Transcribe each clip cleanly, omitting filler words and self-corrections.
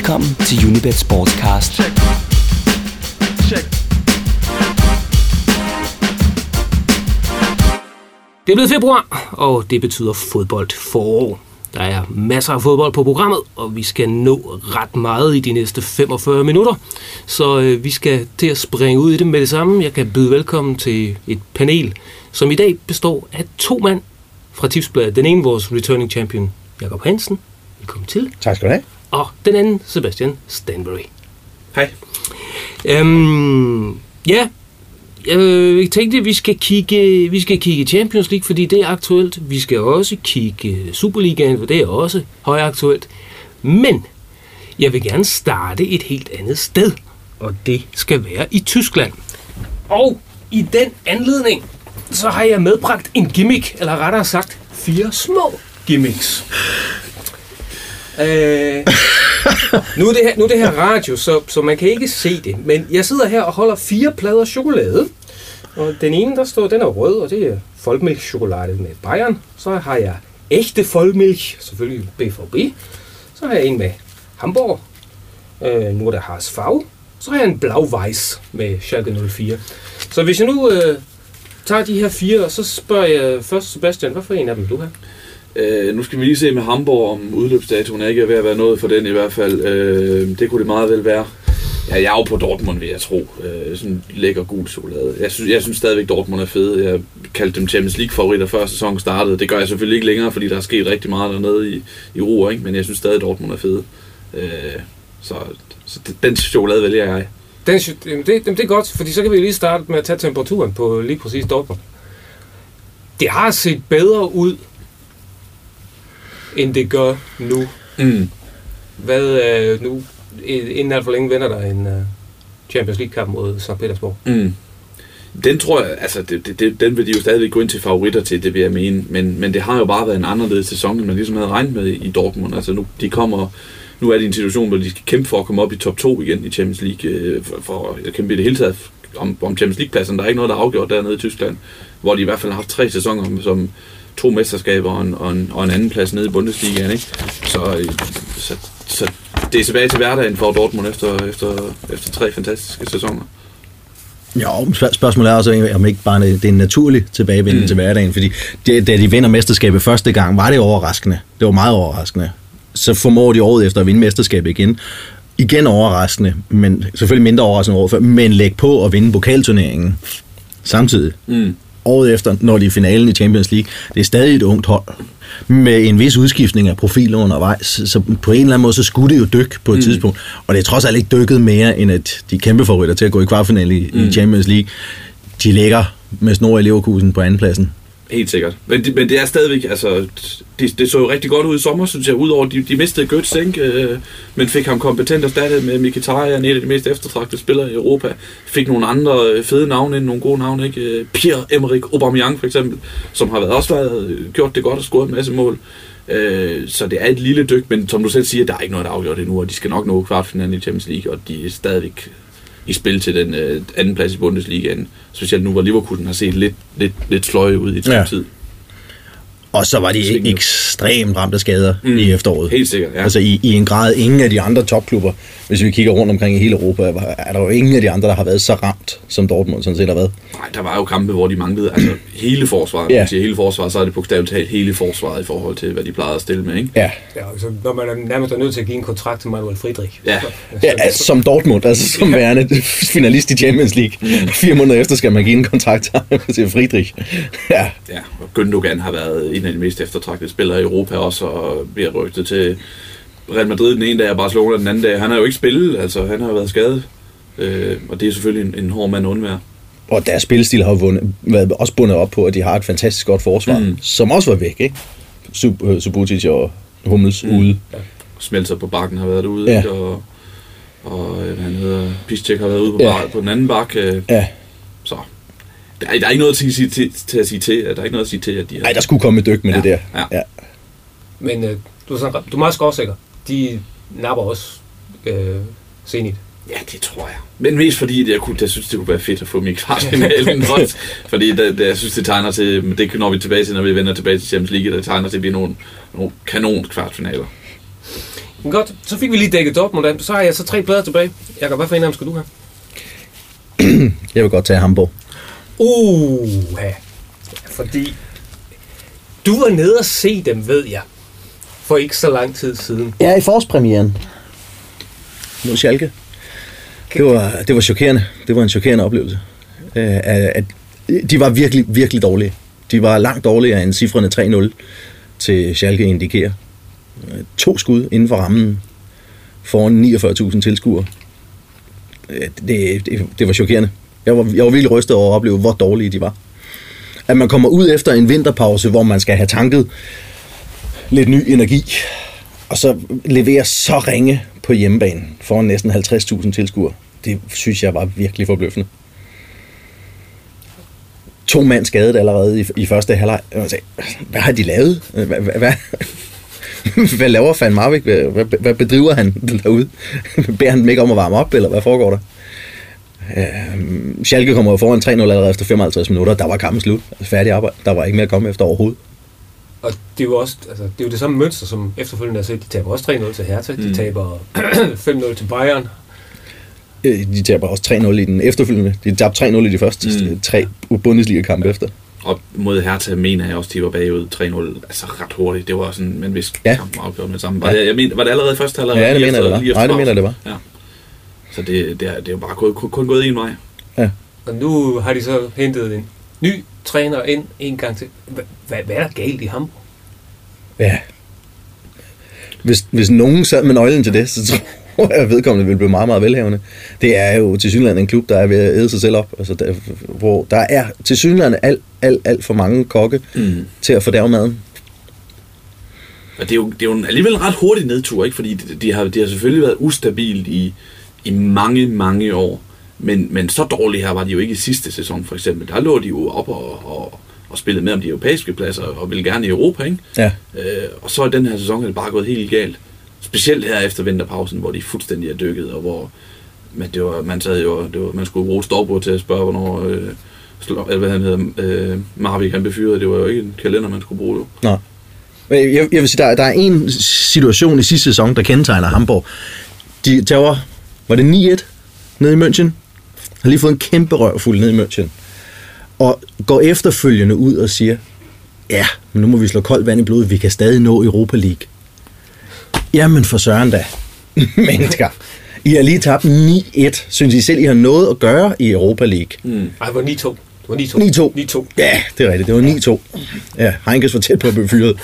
Velkommen til Unibet Sportscast. Check. Det er blevet februar, og det betyder fodboldforår. Der er masser af fodbold på programmet, og vi skal nå ret meget i de næste 45 minutter. Så vi skal til at springe ud i det med det samme. Jeg kan byde velkommen til et panel, som i dag består af 2 mand fra Tipsbladet. Den ene, vores returning champion, Jakob Hansen. Velkommen til. Tak skal du have. Og den anden, Sebastian Stanbury. Hej. Jeg tænkte, at vi skal kigge Champions League, fordi det er aktuelt. Vi skal også kigge Superligaen, for det er også højaktuelt. Men jeg vil gerne starte et helt andet sted, og det skal være i Tyskland. Og i den anledning, så har jeg medbragt en gimmick, eller rettere sagt 4 små gimmicks. Nu er det her radio, så man kan ikke se det, men jeg sidder her og holder 4 plader chokolade, og den ene, den er rød, og det er Vollmilch-chokolade med Bayern. Så har jeg ægte Vollmilch, selvfølgelig BVB. Så har jeg en med Hamburg, nu er der HSV. Så har jeg en Blau-Weiß med Schalke 04. Så hvis jeg nu tager de her 4, så spørger jeg først Sebastian, hvad for en af dem du har? Nu skal vi lige se med Hamburg, om udløbsdatoen er ikke ved at være noget for den i hvert fald. Det kunne det meget vel være. Ja, jeg er jo på Dortmund, vil jeg tro. Sådan lækker gul chokolade. Jeg synes stadigvæk, Dortmund er fede. Jeg kaldte dem Champions League-favoritter før sæsonen startede. Det gør jeg selvfølgelig ikke længere, fordi der er sket rigtig meget dernede i Ruhr, ikke? Men jeg synes stadig, Dortmund er fede. Så den chokolade vælger jeg. Det er godt, fordi så kan vi lige starte med at tage temperaturen på lige præcis Dortmund. Det har set bedre ud, end det gør nu. Hvad nu? Inden alt for længe vender der en Champions League-kamp mod St. Petersborg. Den tror jeg, altså den vil de jo stadigvæk gå ind til favoritter til, det vil jeg mene. Men det har jo bare været en anderledes sæson, end man ligesom havde regnet med i Dortmund. Altså nu er det en situation, hvor de skal kæmpe for at komme op i top 2 igen i Champions League. For at kæmpe i det hele taget om Champions League-pladsen. Der er ikke noget, der er afgjort dernede i Tyskland, hvor de i hvert fald har haft 3 sæsoner som 2 mesterskaber og en anden plads nede i Bundesligaen, ikke? Så det er tilbage til hverdagen for Dortmund efter 3 fantastiske sæsoner. Ja, spørgsmålet er også, om ikke bare det er en naturlig tilbagevenden til hverdagen, fordi da de vinder mesterskabet første gang, var det overraskende. Det var meget overraskende. Så formår de året efter at vinde mesterskabet igen. Igen overraskende, men selvfølgelig mindre overraskende året før, men læg på at vinde pokalturneringen samtidig. Året efter, når de er i finalen i Champions League, det er stadig et ungt hold, med en vis udskiftning af profiler undervejs, så på en eller anden måde, så skulle det jo dykke på et tidspunkt, og det er trods alt ikke dykket mere, end at de kæmpe favoritter til at gå i kvartfinale i Champions League, de ligger med snor i Leverkusen på andenpladsen. Helt sikkert. Men det er stadigvæk, altså, det så jo rigtig godt ud i sommer, synes jeg, udover de mistede Götze, men fik ham kompetent erstattet med Mkhitaryan, en af de mest eftertragtede spillere i Europa. Fik nogle andre fede navne ind, nogle gode navne, ikke? Pierre-Emerick Aubameyang for eksempel, som har gjort det godt og scoret en masse mål. Så det er et lille dyk, men som du selv siger, der er ikke noget, der er afgjort endnu, og de skal nok nå kvartfinalen i Champions League, og de er stadigvæk i spil til den anden plads i Bundesligaen. Specielt nu, hvor Leverkusen har set lidt sløje ud i tid. Og så var de ekstremt ramt af skader i efteråret. Helt sikkert, ja. Altså i en grad, ingen af de andre topklubber, hvis vi kigger rundt omkring i hele Europa, er der jo ingen af de andre, der har været så ramt, som Dortmund sådan set har været. Nej, der var jo kampe, hvor de manglede hele forsvaret. Når man siger hele forsvaret, så er det bogstaveligt talt hele forsvaret i forhold til, hvad de plejede at stille med, ikke? Ja. Altså, når man er nærmest nødt til at give en kontrakt til Manuel Friedrich. Ja, som Dortmund, altså som værende finalist i Champions League. 4 måneder efter skal man give en kontrakt til Friedrich. Ja, og Gündogan har været en af de mest eftertragtede spillere i Europa også, og bliver rygtet til Real Madrid den ene dag, og Barcelona den anden dag. Han har jo ikke spillet, altså han har været skadet, og det er selvfølgelig en hård mand at undvære. Og deres spillestil har været også bundet op på, at de har et fantastisk godt forsvar, som også var væk, ikke? Subotic og Hummels ude. Ja. Smelter på bakken har været ude, ikke? Og han hedder Piszczek har været ude på den anden bakke. Så der er ikke noget til at sige til, at der er ikke noget at sige til, at de har... Nej, der skulle komme et dyk med det der. Ja. Men du er meget skråsikker. De napper også Zenit. Ja, det tror jeg. Men mest fordi, jeg synes, det kunne være fedt at få dem i kvartfinalen. Fordi jeg synes, det tegner til, det når vi tilbage til, når vi vender tilbage til Champions League, det tegner til at blive nogle kanon kvartfinaler. Godt, så fik vi lige dækket Dortmund af. Så har jeg så 3 plader tilbage. Jakob, hvad for en af dem skal du have? Jeg vil godt tage Hamburg. Ja. Fordi du var nede og se dem, ved jeg. For ikke så lang tid siden. Ja, i forårspremieren. Mod Schalke. Det var chokerende. Det var en chokerende oplevelse. At de var virkelig, virkelig dårlige. De var langt dårligere end cifrene 3-0 til Schalke indikerer. 2 skud inden for rammen foran 49.000 tilskuere. Det var chokerende. Jeg var virkelig rystet over at opleve, hvor dårlige de var. At man kommer ud efter en vinterpause, hvor man skal have tanket lidt ny energi, og så leverer så ringe på hjemmebane foran næsten 50.000 tilskuere. Det synes jeg var virkelig forbløffende. 2 mand skadet allerede i første halvleg. Hvad har de lavet? Hvad laver Van Marwijk? Hvad bedriver han derude? Beder han dem ikke om at varme op, eller hvad foregår der? Schalke kommer jo foran 3-0 allerede efter 55 minutter. Der var kampen slut. Færdig arbejde. Der var ikke mere at komme efter overhovedet. Og det er jo også, altså, det er jo det samme mønster, som efterfølgende har set. De taber også 3-0 til Hertha. De taber 5-0 til Bayern. De taber også 3-0 i den efterfølgende. De tabte 3-0 i de første 3 Bundesliga-kampe efter. Og mod Hertha mener jeg også, de var bagud 3-0, altså ret hurtigt. Det var sådan, man vidste kampen var afgjort med sammen. Var det allerede første halvleg? Ja, det mener jeg, det var. Nej, det mener det var. Ja. Så det er jo bare kun gået en vej. Ja. Og nu har de så hentet en ny træner ind en gang til. Hvad er der galt i Hamburg? Ja. Hvis nogen sad med nøglen til det, så tror jeg, at vedkommende ville blive meget, meget velhavende. Det er jo tilsyneladende en klub, der er ved at æde sig selv op. Altså hvor der er tilsyneladende alt for mange kokke til at fordærve maden. Og det er jo alligevel en ret hurtig nedtur, ikke? Fordi de har selvfølgelig været ustabilt i mange, mange år. Men så dårlige her var de jo ikke i sidste sæson, for eksempel. Der lå de jo op og spillede med om de europæiske pladser, og ville gerne i Europa, ikke? Ja. Og så i den her sæson er det bare gået helt galt. Specielt her efter vinterpausen, hvor de fuldstændig er dykket, og hvor man skulle bruge stopord til at spørge, hvornår Marwijk han befyrede. Det var jo ikke en kalender, man skulle bruge. Nej. Jeg vil sige, der er en situation i sidste sæson, der kendetegner Hamburg. De tager, var det 9-1 nede i München? Har lige fået en kæmpe røvfuld nede i München. Og går efterfølgende ud og siger, ja, men nu må vi slå koldt vand i blodet, vi kan stadig nå Europa League. Jamen for søren da, mennesker. I har lige tabt 9-1. Synes I selv, I har noget at gøre i Europa League? Ej, det var 9-2. Det var 9-2. Ja, det er rigtigt. Det var 9-2. Ja, Heinkes var tæt på at blive fyret.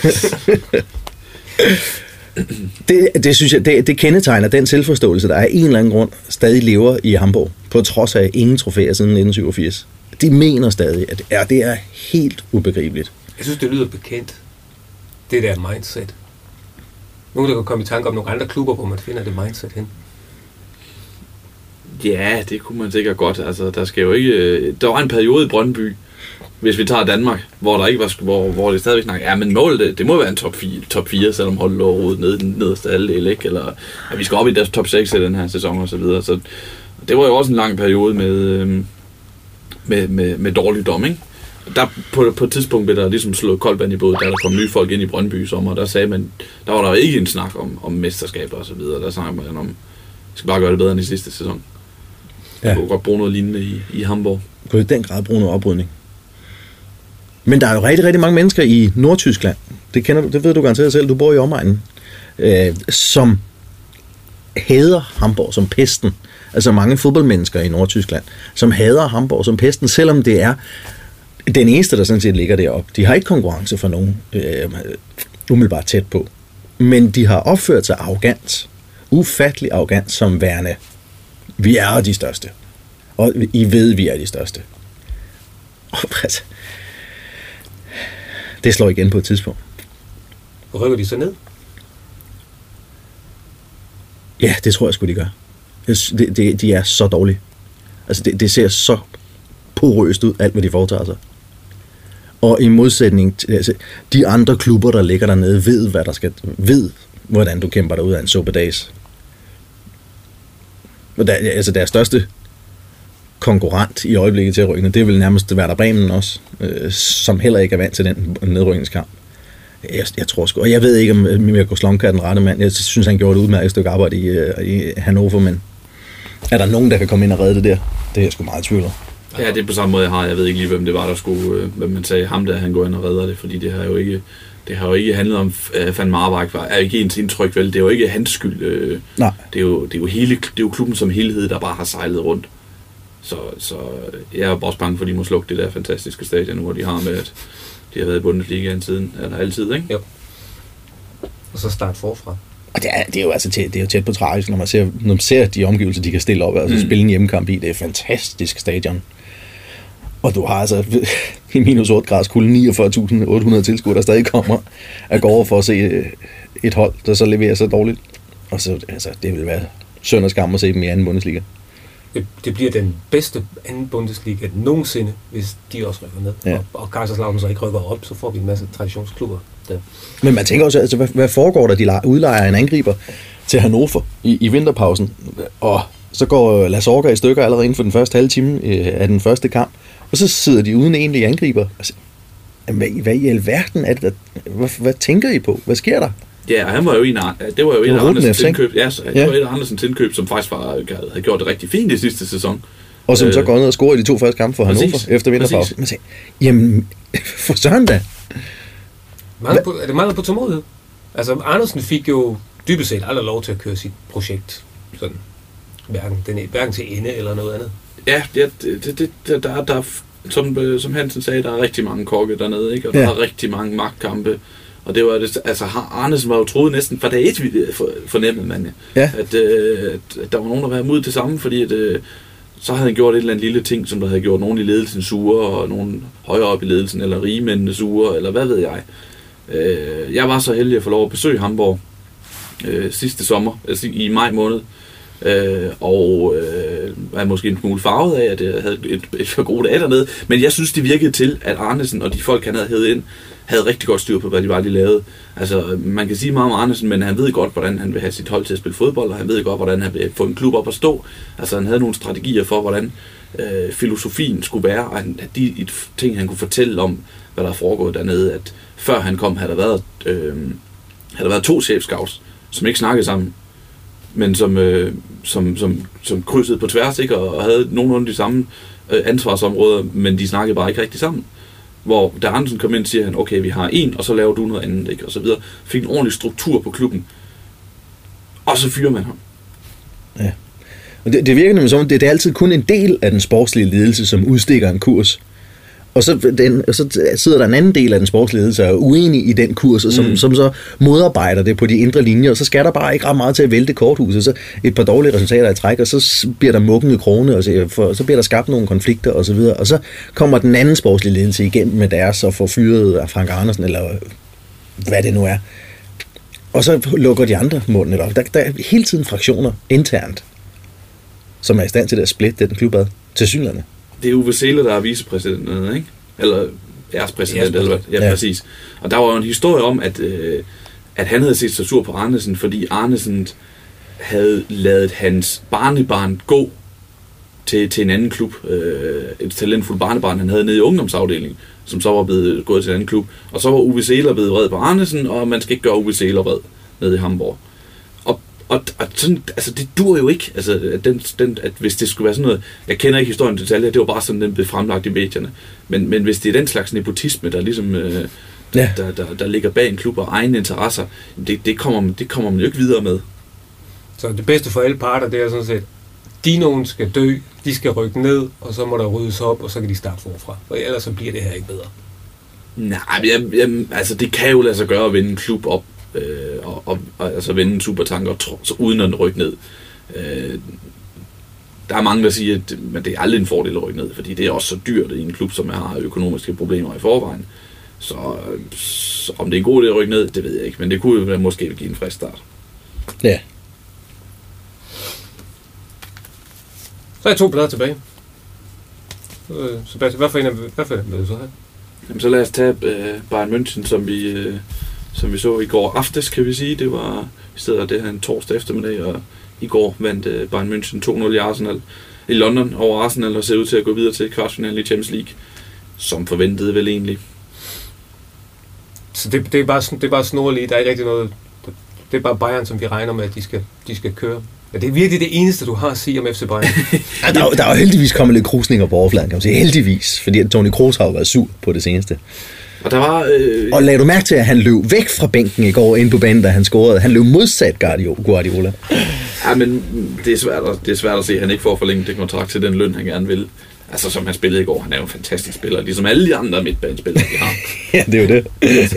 Det synes jeg, det kendetegner den selvforståelse, der er en eller anden grund stadig lever i Hamburg, på trods af ingen trofæer siden 1987. De mener stadig, at det er helt ubegribeligt. Jeg synes, det lyder bekendt. Det der mindset. Nogen, der kan komme i tanke om nogle andre klubber, hvor man finder det mindset hen. Ja, det kunne man sikkert godt. Altså, der skal jo ikke... Der var en periode i Brøndby, hvis vi tager Danmark, hvor der ikke var, hvor det stadigvæk snakker, ja, men målet, det må være en top 4, selvom holdet lå rodet nede i den nederste halvdel, ikke? Eller at vi skal op i deres top 6 i den her sæson og så videre. Så det var jo også en lang periode med dårligdom, ikke? Der på et tidspunkt blev der ligesom slået koldt vand i bådet, da der kom nye folk ind i Brøndby i sommer, der sagde man, der var der ikke en snak om mesterskaber og så videre. Der snakker man om, skal bare gøre det bedre end i sidste sæson. Ja. Man kunne godt bruge noget lignende i Hamburg. Man kunne i den grad bruge noget oprydning. Men der er jo rigtig, rigtig mange mennesker i Nordtyskland, det ved du garanteret selv, du bor i omegnen, som hader Hamburg som pesten. Altså mange fodboldmennesker i Nordtyskland, som hader Hamburg som pesten, selvom det er den eneste, der sådan set ligger deroppe. De har ikke konkurrence for nogen umiddelbart tæt på. Men de har opført sig arrogant. Ufattelig arrogant som værende. Vi er de største. Og I ved, vi er de største. Det slår igen på et tidspunkt. Rykker de så ned? Ja, det tror jeg sgu, de gør. De er så dårlige. Altså, det ser så porøst ud, alt hvad de foretager sig. Og i modsætning til altså, de andre klubber, der ligger dernede, ved, hvordan du kæmper dig ud af en suppedags. Altså deres største konkurrent i øjeblikket til at rykke ned, det vil nærmest Werder Bremen også, som heller ikke er vant til den nedrykningskamp. Jeg tror sgu, og jeg ved ikke, om Mirko Slomka er den rette mand. Jeg synes, han gjorde et udmærket stykke arbejde i Hannover, men er der nogen, der kan komme ind og redde det der? Det er jeg sgu meget tvivl om. Ja, det er på samme måde, jeg har. Jeg ved ikke lige, hvem det var, der skulle, hvem man sagde ham, der han går ind og redder det, fordi det har jo ikke handlet om, Van Marwijk er ikke ens indtryk, vel? Det er jo ikke hans skyld. Nej. Det er jo klubben som helhed, der bare har sejlet rundt. Så jeg er bare bange for, at de må slukke det der fantastiske stadion, hvor de har med, at de har været i Bundesligaen siden, eller altid, ikke? Jo. Og så start forfra. Og det er jo altså det er jo tæt på tragisk, når man ser de omgivelser, de kan stille op, altså spille en hjemmekamp i. Det er et fantastisk stadion. Og du har altså i minus 8 grads kulde 49.800 tilskuere, der stadig kommer at gå over for at se et hold, der så leverer så dårligt. Og så, altså, det vil være synd og skam at se dem i anden Bundesliga. Det bliver den bedste anden Bundesliga nogensinde, hvis de også rykker ned. Ja. Og Kaiserslautern så ikke rykker op, så får vi en masse traditionsklubber der. Men man tænker også, altså, hvad foregår der? De udlejer en angriber til Hannover i vinterpausen, og så går Lars Orga i stykker allerede inden for den første halve time af den første kamp, og så sidder de uden egentlig angriber. Altså, hvad i alverden er det? Hvad tænker I på? Hvad sker der? Ja, han var jo et af Andersens indkøb. Ja, det var et af Andersens indkøb, som faktisk havde gjort det rigtig fint i sidste sæson. Og som så går ned og scorer i de 2 første kampe for Hannover efter vinterpausen. Man siger, jamen, for søren da. Er det meget på tålmodighed? Altså, Andersen fik jo dybest set aldrig lov til at køre sit projekt sådan, hverken til ende eller noget andet. Ja, der som Hansen sagde, der er rigtig mange kokke dernede, ikke? Og der er rigtig mange magtkampe. Og det var det, altså Arnesen var jo troet næsten fra dag 1 fornemmede man at der var nogen, der var imod det samme, fordi at, så havde han gjort et eller andet lille ting, som der havde gjort nogen i ledelsen sure, og nogen højere op i ledelsen, eller rigemændene sure, eller hvad ved jeg. Jeg var så heldig at få lov at besøge Hamburg sidste sommer, altså i maj måned, og var måske en smule farvet af, at jeg havde et for gode dage dernede, men jeg synes, det virkede til, at Arnesen og de folk, han havde hævet ind, havde rigtig godt styr på, hvad de var, de lavede. Altså, man kan sige meget om Arnesen, men han ved godt, hvordan han vil have sit hold til at spille fodbold, og han ved godt, hvordan han vil få en klub op at stå. Altså, han havde nogle strategier for, hvordan filosofien skulle være, og de ting, han kunne fortælle om, hvad der er foregået dernede, at før han kom, havde der været 2 chefscouts, som ikke snakkede sammen, men som krydsede på tværs, ikke, og havde nogenlunde de samme ansvarsområder, men de snakkede bare ikke rigtig sammen. Hvor da Andersen kom ind, siger han, okay, vi har en, og så laver du noget andet, ikke, og så videre. Fik en ordentlig struktur på klubben. Og så fyrer man ham. Ja. Og det virker nemlig som, det er altid kun en del af den sportslige ledelse, som udstikker en kurs. Og så sidder der en anden del af den sportslige ledelse, og er uenig i den kurs, og som så modarbejder det på de indre linjer, og så skal der bare ikke ret meget til at vælte korthuset. Så et par dårlige resultater i træk, og så bliver der mukkende krone, og så bliver der skabt nogle konflikter osv., og så kommer den anden sportslige ledelse igennem med deres, og får fyret af Frank Andersen, eller hvad det nu er. Og så lukker de andre munden. Der er hele tiden fraktioner internt, som er i stand til at splitte den klub ad til synligheden. Det er Uwe Seeler, der er vicepræsidenten, ikke? Eller ærespræsident, eller hvad? Ja, præcis. Og der var jo en historie om, at han havde set sig sur på Arnesen, fordi Arnesen havde ladet hans barnebarn gå til en anden klub. Et talentfuldt barnebarn, han havde nede i ungdomsafdelingen, som så var blevet gået til en anden klub. Og så var Uwe Seeler blevet vred på Arnesen, og man skal ikke gøre Uwe Seeler vred nede i Hamburg. Og sådan, altså det dur jo ikke, altså at hvis det skulle være sådan noget, jeg kender ikke historien til detaljer, det var bare sådan, den blev fremlagt i medierne, men hvis det er den slags nepotisme, der ligesom, der ligger bag en klub og egne interesser, det kommer man jo ikke videre med. Så det bedste for alle parter, det er sådan set, nogen skal dø, de skal rykke ned, og så må der ryddes op, og så kan de starte forfra, for ellers så bliver det her ikke bedre. Nej, altså det kan jo lade sig gøre at vende en klub op, og altså vende en supertanker så uden at rykke ned. Der er mange, der siger, at det er aldrig en fordel at rykke ned, fordi det er også så dyrt i en klub, som har økonomiske problemer i forvejen. Så om det er en god idé at rykke ned, det ved jeg ikke, men det kunne jo måske give en frisk start. Ja. Så er 2 plader tilbage. Sebastian, hvad for en vil du så have? Jamen, så lad os tage Bayern München, som vi så i går aftes, kan vi sige. Det var i stedet af det her en torsdag eftermiddag, og i går vandt Bayern München 2-0 i Arsenal i London over Arsenal, og ser ud til at gå videre til kvartfinalen i Champions League, som forventede vel egentlig. Så det er bare snorligt. Der er ikke rigtig noget... Det er bare Bayern, som vi regner med, at de skal køre. Ja, det er virkelig det eneste, du har at sige om FC Bayern. Ja, der er jo heldigvis kommet lidt krusninger på overfladen, kan man sige. Heldigvis, fordi Toni Kroos har jo været sur på det seneste. Og der var... Og lagde du mærke til, at han løb væk fra bænken i går ind på banen, da han scorede? Han løb modsat Guardiola. Ja, men det er svært at se, at han ikke får forlænget det kontrakt til den løn, han gerne vil. Altså, som han spillede i går. Han er jo en fantastisk spiller, ligesom alle de andre midtbanespillere, de har. Ja, det er jo det.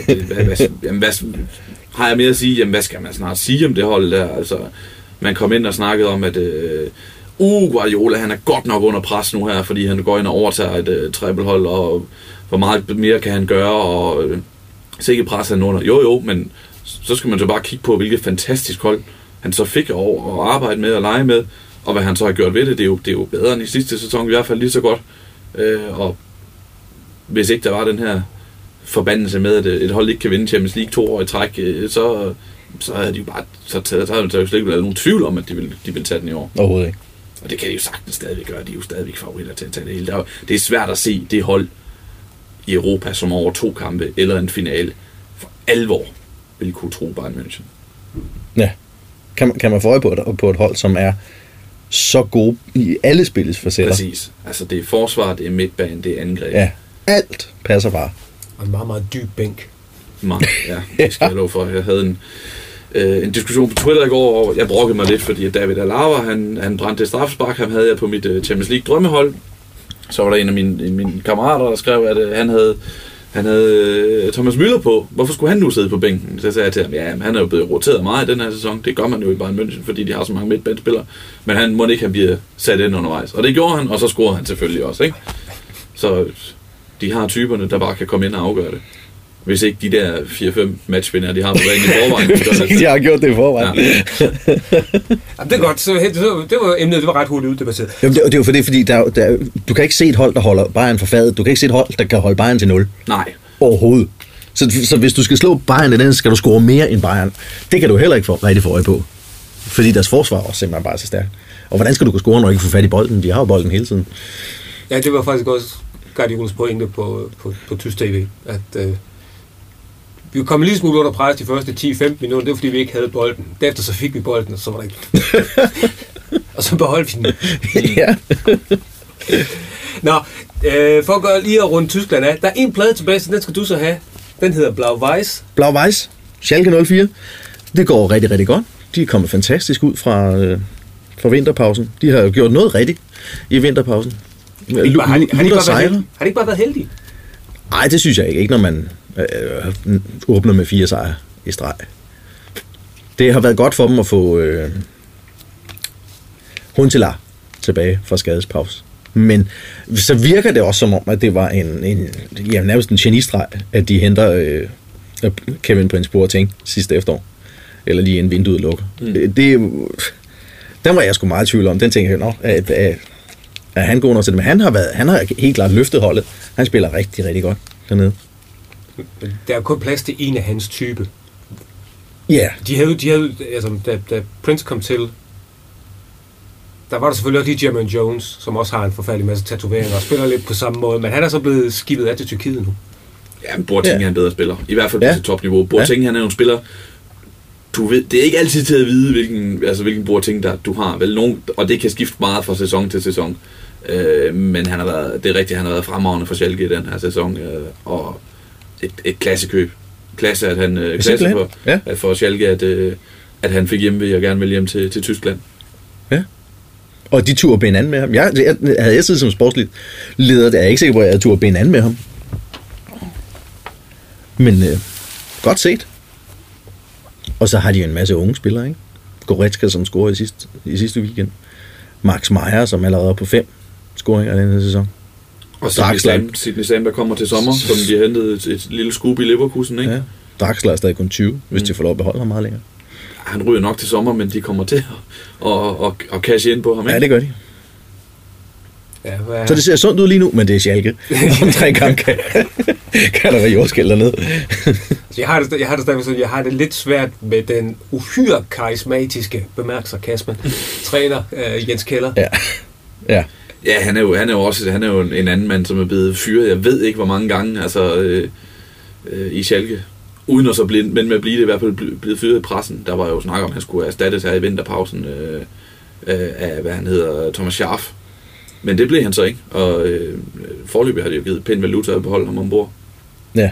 Altså, har jeg mere at sige? Jamen, hvad skal man snart sige om det hold der? Altså, man kom ind og snakkede om, at Guardiola, han er godt nok under pres nu her, fordi han går ind og overtager et treble-hold, og hvor meget mere kan han gøre, og sikke pres han under. Jo, men så skal man så bare kigge på, hvilket fantastisk hold han så fik over at arbejde med og lege med, og hvad han så har gjort ved det. Det er jo bedre end i sidste sæson, i hvert fald lige så godt. Og hvis ikke der var den her forbandelse med, at et hold ikke kan vinde Champions League 2 år i træk, så havde de jo bare så havde jo slet ikke været nogen tvivl om, at de ville tage den i år. Overhovedet ikke. Og det kan de jo sagtens stadigvæk gøre. De er jo stadigvæk favoritter til at tage det hele. Det er svært at se det hold i Europa, som over 2 kampe eller en finale for alvor vil kunne tro Bayern München. Ja. Kan man få øje på et hold, som er så gode i alle spillets facetter? Præcis. Altså det er forsvar, det er midtbane, det er angreb. Ja, alt passer bare. Og en meget, meget dyb bænk. Ja, det skal jeg love for. Jeg havde en diskussion på Twitter i går, og jeg brokkede mig lidt, fordi David Alaba, han brændte et straffespark. Han havde jeg på mit Champions League drømmehold. Så var der en af mine kammerater, der skrev, at han havde Thomas Müller på. Hvorfor skulle han nu sidde på bænken? Så sagde jeg til ham, ja, han er jo blevet roteret meget i den her sæson. Det gør man jo i Bayern München, fordi de har så mange midtbanespillere. Men han må ikke have bliver sat ind undervejs. Og det gjorde han, og så scorede han selvfølgelig også, ikke? Så de har typerne, der bare kan komme ind og afgøre det. Hvis ikke de der 4-5 matchvinder, de har på banen i forvejen. De har gjort det i forvejen. Ja. Jamen, det er godt. Så det var emnet, det var ret hurtigt uddebatteret. Jamen, det er jo fordi, du kan ikke se et hold, der holder Bayern for fadet. Du kan ikke se et hold, der kan holde Bayern til 0. Nej. Overhovedet. Så hvis du skal slå Bayern i den, skal du score mere end Bayern. Det kan du heller ikke rigtig få øje på. Fordi deres forsvar også simpelthen bare så stærkt. Og hvordan skal du kunne score, når du ikke får fat i bolden? De har jo bolden hele tiden. Ja, det var faktisk også Guardiolas pointe på tysk tv, at vi kom lige smule under pres de første 10-15 minutter, det var fordi vi ikke havde bolden. Derefter så fik vi bolden, og så var der ikke. Og så beholdt vi den. Ja. Nå, for at gøre lige at runde Tyskland af, der er en plade tilbage, så den skal du så have. Den hedder Blau-Weiß. Blau-Weiß. Schalke 04. Det går rigtig, rigtig godt. De er kommet fantastisk ud fra vinterpausen. De har jo gjort noget rigtigt i vinterpausen. Har de ikke bare været heldige? Nej, det synes jeg ikke. Ikke når man åbner med 4 sejre i streg. Det har været godt for dem at få Huntelaar tilbage fra skadespause. Men så virker det også som om, at det var nærmest en genistreg, at de henter Kevin Prince Boateng sidste efterår. Eller lige en vinduet lukker. Den var jeg sgu meget i tvivl om. Den tænker jeg, at han går under til det. Men han har helt klart løftet holdet. Han spiller rigtig, rigtig godt dernede. Der er kun plads til en af hans type. Ja. Yeah. De havde altså, da Prince kom til, der var der selvfølgelig også lige Jermaine Jones, som også har en forfærdelig masse tatoveringer og spiller lidt på samme måde, men han er så blevet skibet af til Tyrkiet nu. Ja, men Boateng er en bedre spiller. I hvert fald på sit topniveau. Boateng, han er jo en spiller, du ved, det er ikke altid til at vide, hvilken Boateng der du har. Vel, og det kan skifte meget fra sæson til sæson. Men det er rigtigt, han har været fremragende for Schalke i den her sæson. Og et klassekøb. Klasse, at han for Schalke, at han fik hjemme og gerne ville hjem til Tyskland. Ja. Og de turde binde an med ham. Havde jeg siddet som sportslig leder, der er jeg ikke sikker på, at jeg turde binde an med ham. Men godt set. Og så har de jo en masse unge spillere, ikke? Goretzka, som scorede i sidste weekend. Max Meyer, som allerede er på 5 scoringer i denne sæson. Og Sidney Sam, der kommer til sommer, som de har hentet et lille skub i Leverkusen, ikke? Ja. Draxler er stadig kun 20, hvis de får lov at beholde ham meget længere. Han ryger nok til sommer, men de kommer til at cashe ind på ham, ikke? Ja, det gør de. Ja, så det ser sundt ud lige nu, men det er Schalke. Om 3 gange kan der være jordskæld dernede. Jeg har det lidt svært med den uhyre karismatiske, bemærk sarkasmen, træner Jens Keller. Ja. Ja, han er jo en anden mand, som er blevet fyret. Jeg ved ikke, hvor mange gange i Schalke. uden at så blive, men med at blive det i hvert fald blevet fyret i pressen. Der var jo snak om, at han skulle erstattes her i vinterpausen af, hvad han hedder, Thomas Schaaf. Men det blev han så ikke, og forløbig har det jo givet pænt valuta at beholde ham ombord. Ja.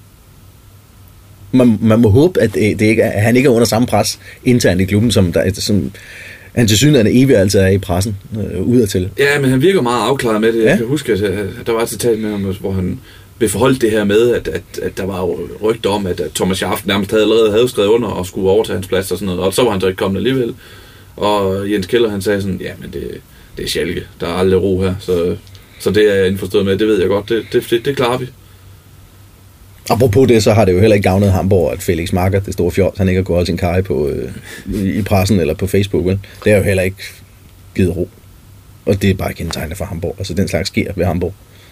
Man må håbe, at at han ikke er under samme pres internt i klubben, som han tilsyneladende evigt altid er i pressen udadtil. Ja, men han virker meget afklaret med det. Ja. Jeg kan huske, at der var et citat med ham, hvor han beforholdt det her med, at der var rygter om, at Thomas Schaaf nærmest allerede havde skrevet under og skulle overtage hans plads og sådan noget, og så var han så ikke kommet alligevel. Og Jens Keller, han sagde sådan, ja, men det er Schalke, der er aldrig ro her, så det er jeg indforstået med, det ved jeg godt, det klarer vi. Apropos det, så har det jo heller ikke gavnet Hamburg, at Felix Magath, det store fjols, han ikke har gået holde sin karre på i pressen eller på Facebook, vel? Det har jo heller ikke givet ro. Og det er bare kendetegnet for Hamburg. Altså den slags sker ved Hamburg.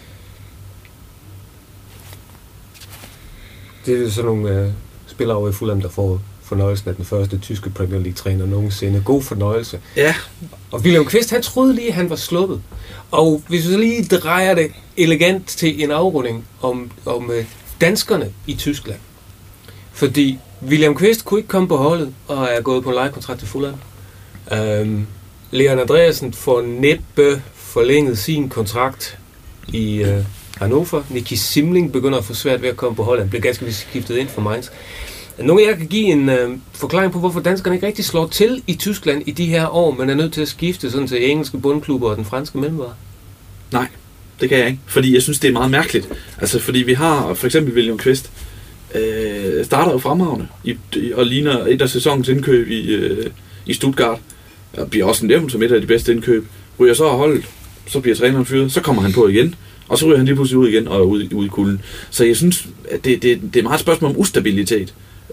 Det er sådan nogle spillere over i Fulham, der får fornøjelsen af den første tyske Premier League-træner nogensinde. God fornøjelse. Ja. Og William Kvist, han troede lige, at han var sluppet. Og hvis vi så lige drejer det elegant til en afrunding om danskerne i Tyskland. Fordi William Kvist kunne ikke komme på holdet og er gået på en lejekontrakt til Fulham. Leon Andreasen får næppe forlænget sin kontrakt i Hannover. Nicky Simling begynder at få svært ved at komme på holdet. Han bliver ganske vist skiftet ind for Mainz. Nogle af jer kan give en forklaring på, hvorfor danskerne ikke rigtig slår til i Tyskland i de her år, men er nødt til at skifte sådan til engelske bundklubber og den franske mellemvare? Nej, det kan jeg ikke, fordi jeg synes, det er meget mærkeligt. Altså, fordi vi har for eksempel William Kvist, starter jo fremragende og ligner et af sæsonens indkøb i Stuttgart, og bliver også nævnt som et af de bedste indkøb. Ryger så af holdet, så bliver træneren fyret, så kommer han på igen, og så ryger han lige pludselig ud igen og er ude i kulden. Så jeg synes, at det er meget et spørgsmål om ustabilitet.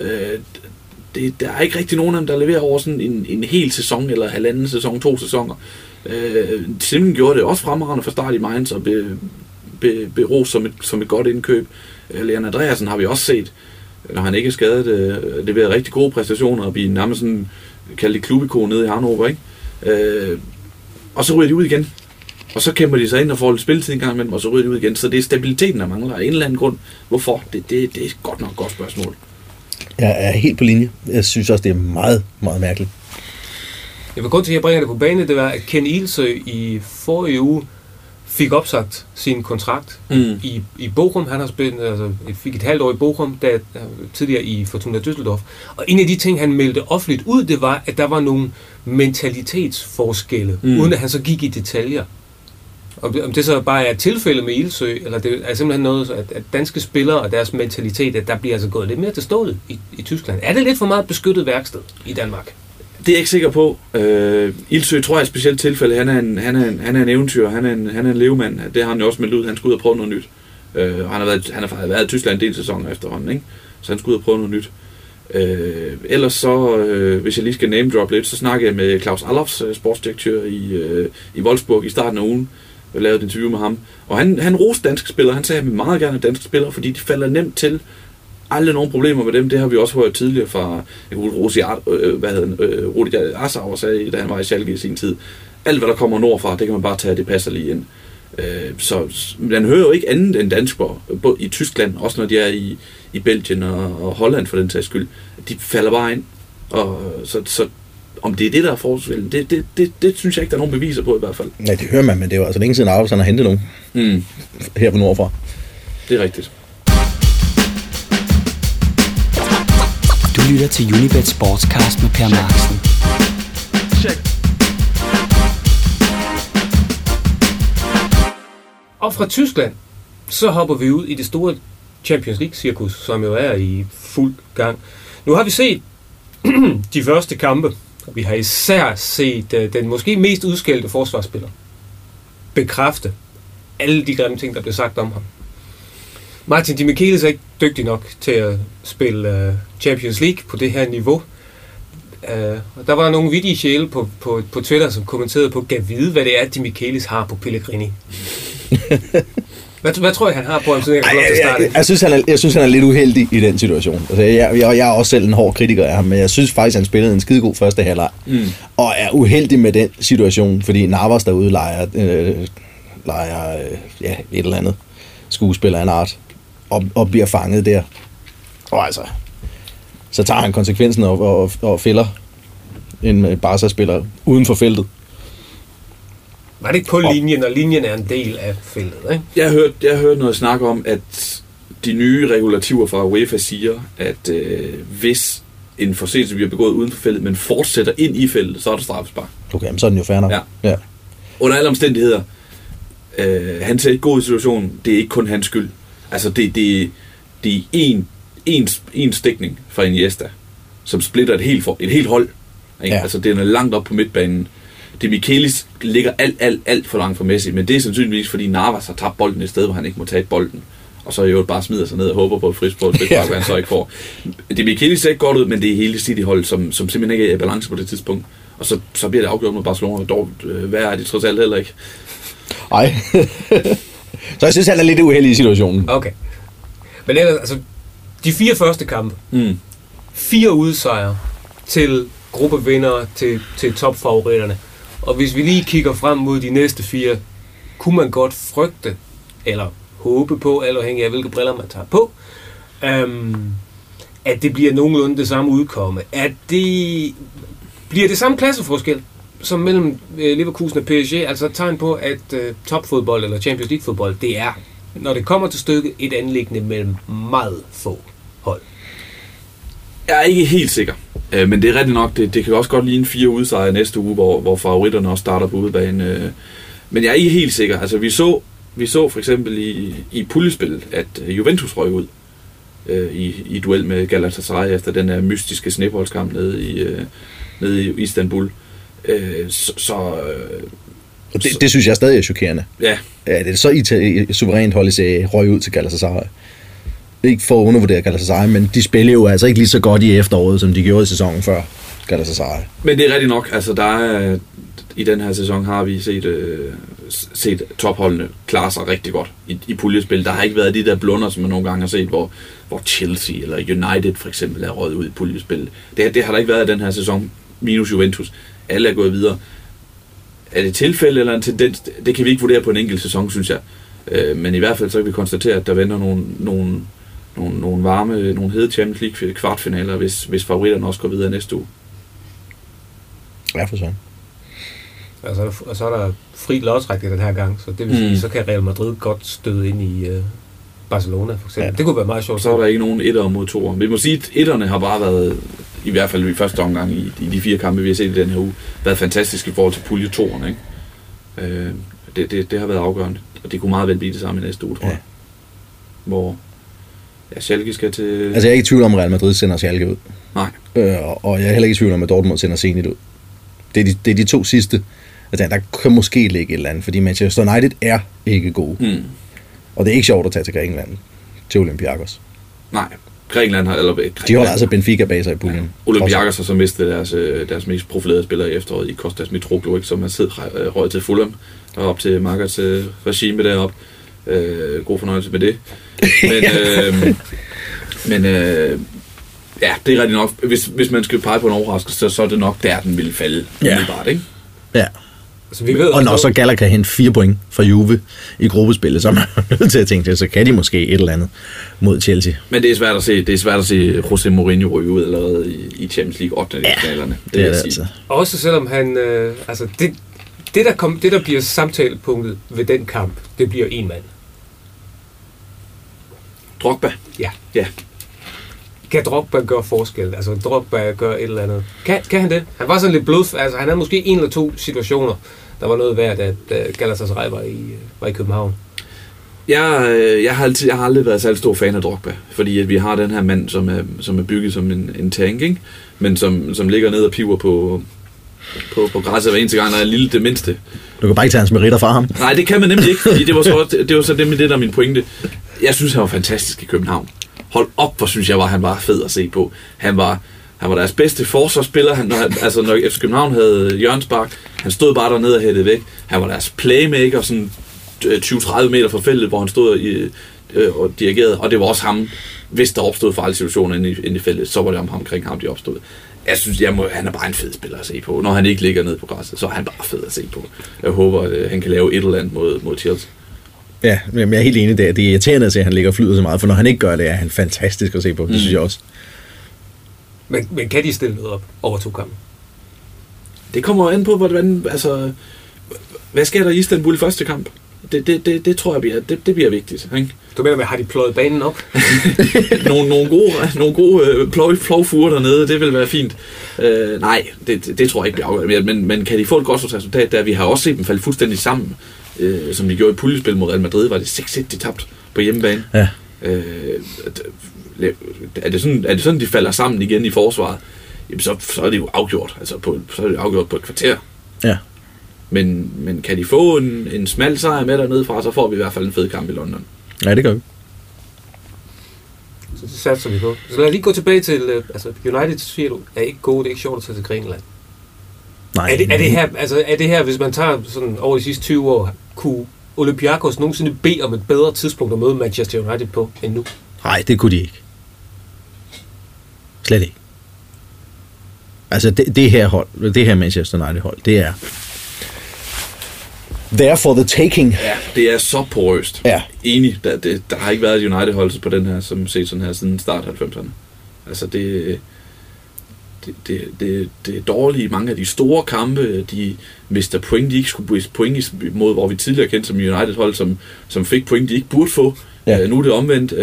Der er ikke rigtig nogen af dem, der leverer over sådan en hel sæson, eller halvanden sæson, 2 sæsoner. Simlen gjorde det også fremragende fra start i Mainz, og blev rost som et godt indkøb. Leon Andreasen har vi også set, når han ikke er skadet, leverer rigtig gode præstationer, og bliver nærmest sådan kaldt det klubikon nede i Hannover, ikke? Og så ryger de ud igen. Og så kæmper de sig ind og får lidt spilletid en gang imellem, og så ryger de ud igen. Så det er stabiliteten, der mangler af en eller anden grund. Hvorfor? Det er godt nok et godt spørgsmål. Jeg er helt på linje. Jeg synes også, det er meget, meget mærkeligt. Jeg vil gå til, at jeg bringer det på bane, det var, at Ken Ilsø i forrige uge fik opsagt sin kontrakt i Bochum. Han har spillet, fik et halvt år i Bochum, tidligere i Fortuna Düsseldorf. Og en af de ting, han meldte offentligt ud, det var, at der var nogle mentalitetsforskelle, uden at han så gik i detaljer. Om det så bare er et tilfælde med Ilsø, eller det er simpelthen noget, at danske spillere og deres mentalitet, at der bliver altså gået lidt mere til stålet i Tyskland. Er det lidt for meget beskyttet værksted i Danmark? Det er jeg ikke sikker på. Ilsø tror jeg er et specielt tilfælde. Han er en eventyr, han er en levemand. Det har han jo også meldt ud. Han skal ud og prøve noget nyt. Han har været i Tyskland en del sæsoner efterhånden, ikke? Så han skal ud og prøve noget nyt. Ellers så, hvis jeg lige skal name drop lidt, så snakker jeg med Claus Allofs, sportsdirektør i Wolfsburg i starten af ugen. Jeg lavede et interview med ham. Og han roste danske spillere. Han sagde, at vi meget gerne danske spillere, fordi de falder nemt til. Aldrig nogen problemer med dem. Det har vi også hørt tidligere fra Rudi Assauer sagde, da han var i Schalke i sin tid. Alt, hvad der kommer nordfra, det kan man bare tage, det passer lige ind. Så man hører jo ikke andet end danskere, både i Tyskland, også når de er i Belgien og Holland for den sags skyld. De falder bare ind. Og så om det er det, der er forskellen, det synes jeg ikke, der er nogen beviser på i hvert fald. Nej, det hører man, men det er jo altså længe siden Arvesen har hentet nogen her på nordfra. Det er rigtigt. Du lytter til Unibet Sportscast med Per Marksen. Check. Og fra Tyskland, så hopper vi ud i det store Champions League-cirkus, som jo er i fuld gang. Nu har vi set de første kampe, og vi har især set den måske mest udskældte forsvarsspiller bekræfte alle de grimme ting, der blev sagt om ham. Martin Di Michelis er ikke dygtig nok til at spille Champions League på det her niveau. Der var nogle vittige sjæle på Twitter, som kommenterede på, gav vide, hvad det er, Di Michelis har på Pellegrini. Hvad tror jeg, han har på ham, siden jeg kan få lov til at starte? Jeg synes, han er lidt uheldig i den situation. Altså, jeg er også selv en hård kritiker af ham, men jeg synes faktisk, han spillede en skidegod første halvleg. Og er uheldig med den situation, fordi Navas derude leger et eller andet skuespiller af en art, og bliver fanget der. Og altså, så tager han konsekvensen og fælder en Barca-spiller uden for feltet. Var det ikke på linjen, og linjen er en del af feltet, ikke? Jeg har hørt noget snak om, at de nye regulativer fra UEFA siger, at hvis en forseelse bliver begået uden for feltet, men fortsætter ind i feltet, så er det straffespark. Okay, så er den jo fair nok. Ja. Under alle omstændigheder, han ser ikke god i situationen, det er ikke kun hans skyld. Altså, det er en stikning fra Iniesta, som splitter et helt hold. Ikke? Ja. Altså, den er langt op på midtbanen. Det Michelis ligger alt for langt fra Messi, men det er sandsynligvis, fordi Navas har tabt bolden et sted, hvor han ikke må tage bolden. Og så jo bare smider sig ned og håber på et frispark, hvad han så ikke får. Det Michelis ser ikke godt ud, men det er hele City-hold, som simpelthen ikke er i balance på det tidspunkt. Og så bliver det afgjort med Barcelona, og dog værre er de trods alt heller ikke. Nej. Så jeg synes, han er lidt uheldig i situationen. Okay. Men ellers, altså, de 4 første kampe, 4 udsejre til gruppevindere, til topfavoritterne. Og hvis vi lige kigger frem mod de næste 4, kunne man godt frygte, eller håbe på, alt afhængig af hvilke briller man tager på, at det bliver nogenlunde det samme udkomme. Bliver det samme klasseforskel som mellem Leverkusen og PSG, altså et tegn på, at topfodbold eller Champions League fodbold, det er, når det kommer til stykket, et anliggende mellem meget få hold. Jeg er ikke helt sikker, men det er rigtigt nok, det kan også godt ligne 4 udsejre næste uge, hvor favoritterne også starter på udebane. Men jeg er ikke helt sikker. Altså vi så for eksempel i puljespillet, at Juventus røg ud i duel med Galatasaray efter den her mystiske sneboldskamp nede i Istanbul. Det synes jeg stadig er chokerende. Ja. Ja, det er så suverænt hold i serie røg ud til Galatasaray. Ikke for at undervurdere Galatasaray, men de spiller jo altså ikke lige så godt i efteråret, som de gjorde i sæsonen før Galatasaray. Men det er rigtigt nok. Altså, der er, i den her sæson har vi set topholdene klare sig rigtig godt i puljespil. Der har ikke været de der blunder, som man nogle gange har set, hvor Chelsea eller United for eksempel er røget ud i puljespil. Det har der ikke været i den her sæson, minus Juventus. Alle er gået videre. Er det et tilfælde eller en tendens? Det kan vi ikke vurdere på en enkelt sæson, synes jeg. Men i hvert fald så kan vi konstatere, at der venter nogle varme, nogle hede Champions League kvartfinaler, hvis favoritterne også går videre næste uge. Ja, for sådan. Og så er der fri lodtrækning den her gang, så det vil sige, så kan Real Madrid godt støde ind i Barcelona for eksempel. Ja. Det kunne være meget sjovt. Så er der ikke nogen etter mod toer. Vi må sige, at etterne har bare været, i hvert fald i første omgang i de 4 kampe, vi har set i den her uge, været fantastisk i forhold til pulje toerne, ikke? Det har været afgørende, og det kunne meget vel blive det samme i næste uge, tror jeg. Hvor Schalke skal til... Altså jeg er ikke i tvivl om, at Real Madrid sender Schalke ud. Nej. Og jeg er heller ikke i tvivl om, at Dortmund sender Zenit ud. Det er de 2 sidste. Altså, der kan måske ligge et eller andet, fordi Manchester United er ikke gode. Og det er ikke sjovt at tage til Grækenland, til Olympiakos. Nej, Grækenland har... De holder altså Benfica bag sig i puljen. Ja. Olympiakos har så mistet deres mest profilerede spillere i efteråret i Kostas Mitroglou, ikke, som har røget til Fulham og op til Markets regime deroppe. God fornøjelse med det. Men ja, det er rigtigt nok. Hvis man skal pege på en overraskelse, så er det nok der, den ville falde. Umiddelbart, ikke? Ja. Altså, vi ved og når så Gallagher kan hente 4 point fra Juve i gruppespillet, så er man nødt til at tænke, så kan de måske et eller andet mod Chelsea. Men det er svært at se. Det er svært at se José Mourinho ryge ud allerede i Champions League 8. Det er det altså. Også selvom han... altså det der bliver samtalepunktet ved den kamp, det bliver en mand. Drogba? Ja. Kan Drogba gøre forskel? Altså Drogba gør et eller andet. Kan han det? Han var sådan lidt blød. Altså han havde måske 1 eller 2 situationer, der var noget værd, at Galatasaray var i København. Jeg har aldrig været særlig stor fan af Drogba, fordi at vi har den her mand, som er bygget som en tank, ikke? Men som ligger ned og piver på græsset hver eneste gang, der er lille det mindste. Du kan bare ikke tage hans meritter fra ham. Nej, det kan man nemlig ikke, fordi det var så det der er min pointe. Jeg synes, han var fantastisk i København. Hold op, hvor synes jeg han var fed at se på. Han var deres bedste forsvarsspiller. Når FC København havde Jørgens Bak, han stod bare dernede og hættede væk. Han var deres playmaker, sådan 20-30 meter fra feltet, hvor han stod og dirigerede. Og det var også ham, hvis der opstod farlige situationer inde i feltet, så var det omkring ham, de opstod. Jeg synes, han er bare en fed spiller at se på. Når han ikke ligger nede på græsset, så er han bare fed at se på. Jeg håber, at han kan lave et eller andet mod Chelsea. Ja, men jeg er helt enig der. Det er irriterende at se, at han ligger og flyder så meget, for når han ikke gør det, er han fantastisk at se på. Det synes jeg også. Men kan de stille noget op over 2 kampe? Det kommer an på, hvordan, altså, hvad sker der i Istanbul i første kamp? Det tror jeg det bliver vigtigt. Ikke? Du mener, har de pløjet banen op? nogle gode plovfuger dernede, det vil være fint. Nej, det tror jeg ikke bliver afgørende. Men kan de få et godt resultat der? Vi har også set dem falde fuldstændig sammen, som de gjorde i puljespil mod Real Madrid, var det 6-1, de tabte på hjemmebane. Ja. Er det sådan, de falder sammen igen i forsvaret? Jamen, så er det jo afgjort. Altså så er det afgjort på et kvarter. Ja. Men kan de få en smal sejr med dernede fra, så får vi i hvert fald en fed kamp i London. Ja, det gør vi. Så det satser vi på. Så lad os lige gå tilbage til, United siger du, er ikke gode, det er ikke sjovt at tage til Grækenland. Nej. Er det her, hvis man tager sådan over de sidste 20 år, kunne Olympiakos nogensinde bede om et bedre tidspunkt at møde Manchester United på end nu? Nej, det kunne de ikke. Slet ikke. Altså det her Manchester United hold, det er there for the taking. Ja, det er så porøst. Ja. Enig, der har ikke været et United-hold på den her, som set sådan her siden start 90'erne. Altså det er dårligt i mange af de store kampe. De mister point, de ikke skulle miste point mod, hvor vi tidligere kendte som United-hold, som fik point, de ikke burde få. Ja. Nu er det omvendt.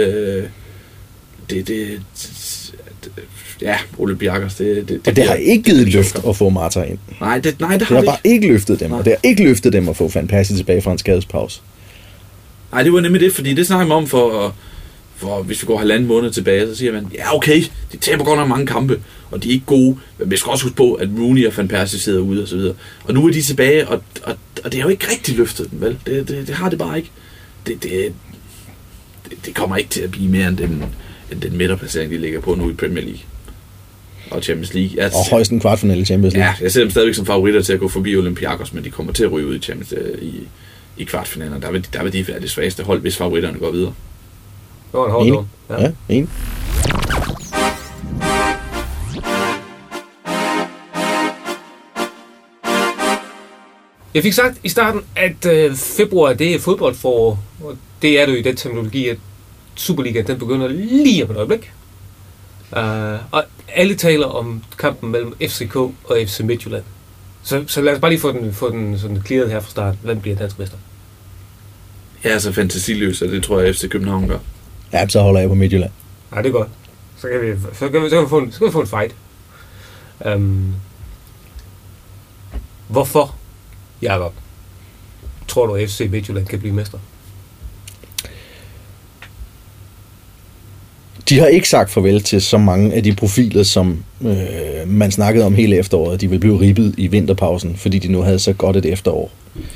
Ja, Olympiakos, det har ikke givet løft at få Marta ind. Nej, det har det har bare ikke løftet dem, og det har ikke løftet dem at få Van Persie tilbage fra en skadespause. Nej, det var nemlig det, fordi det snakker man om for hvis vi går 1,5 måned tilbage, så siger man, ja okay, de taber godt nok mange kampe, og de er ikke gode, men vi skal også huske på, at Rooney og Van Persie sidder ude og så videre. Og nu er de tilbage, og det har jo ikke rigtig løftet dem, vel? Det har det bare ikke. Det kommer ikke til at blive mere end den midterplacering, de ligger på nu i Premier League og Champions League. Og højst en kvartfinale i Champions League. Ja, jeg ser dem stadigvæk som favoritter til at gå forbi Olympiakos, men de kommer til at ryge ud i Champions i kvartfinalen. Der vil de være det svageste hold, hvis favoritterne går videre. Det var en hård dom. Ja, enig. Jeg fik sagt i starten, at februar det er fodboldforår, og det er det jo i den terminologi, at Superligaen den begynder lige om et øjeblik. Og alle taler om kampen mellem FCK og FC Midtjylland. Så lad os bare lige få den sådan clearet her fra start. Hvem bliver dansk mester? Jeg er så fantasiløs, og det tror jeg FC København gør. Ja, så holder jeg på Midtjylland. Nej, det er godt. Så kan vi få en fight. Hvorfor, Jakob, tror du, at FC Midtjylland kan blive mester? De har ikke sagt farvel til så mange af de profiler, som man snakkede om hele efteråret. De ville blive ribbet i vinterpausen, fordi de nu havde så godt et efterår.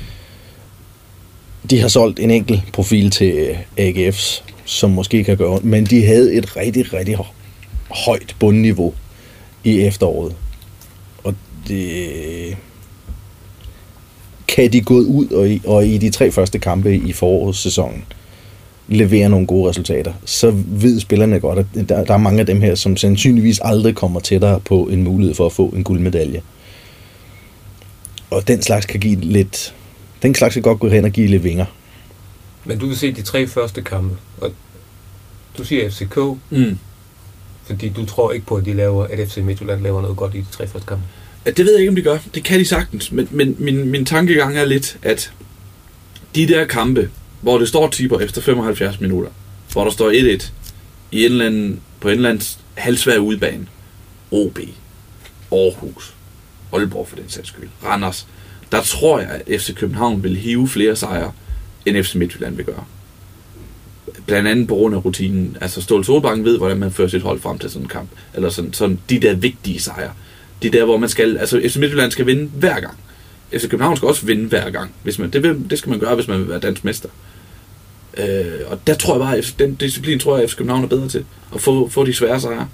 De har solgt en enkelt profil til AGF's, som måske kan gøre, men de havde et rigtig, rigtig højt bundniveau i efteråret. Og det kan de gå ud og i de 3 første kampe i forårssæsonen levere nogle gode resultater, så ved spillerne godt, at der er mange af dem her, som sandsynligvis aldrig kommer tættere på en mulighed for at få en guldmedalje. Og den slags kan give lidt... Den slags kan godt gå hen og give lidt vinger. Men du vil se de 3 første kampe, og du siger FCK, fordi du tror ikke på, at FC Midtjylland laver noget godt i de 3 første kampe. Det ved jeg ikke, om de gør. Det kan de sagtens. Men min tankegang er lidt, at de der kampe, hvor det står tipper efter 75 minutter, hvor der står 1-1 på en eller anden halvsvær udebane, OB, Aarhus, Aalborg for den sags skyld, Randers, der tror jeg, at FC København vil hive flere sejre, end FC Midtjylland vil gøre. Blandt andet på grund af rutinen. Altså Ståle Solbakken ved, hvordan man fører sit hold frem til sådan en kamp. Eller sådan de der vigtige sejre. De der, hvor man skal... Altså FC Midtjylland skal vinde hver gang. FC København skal også vinde hver gang. Det skal man gøre, hvis man vil være dansk mester. Og der tror jeg bare, at den disciplin tror jeg, at FC København er bedre til. At få de svære sejre.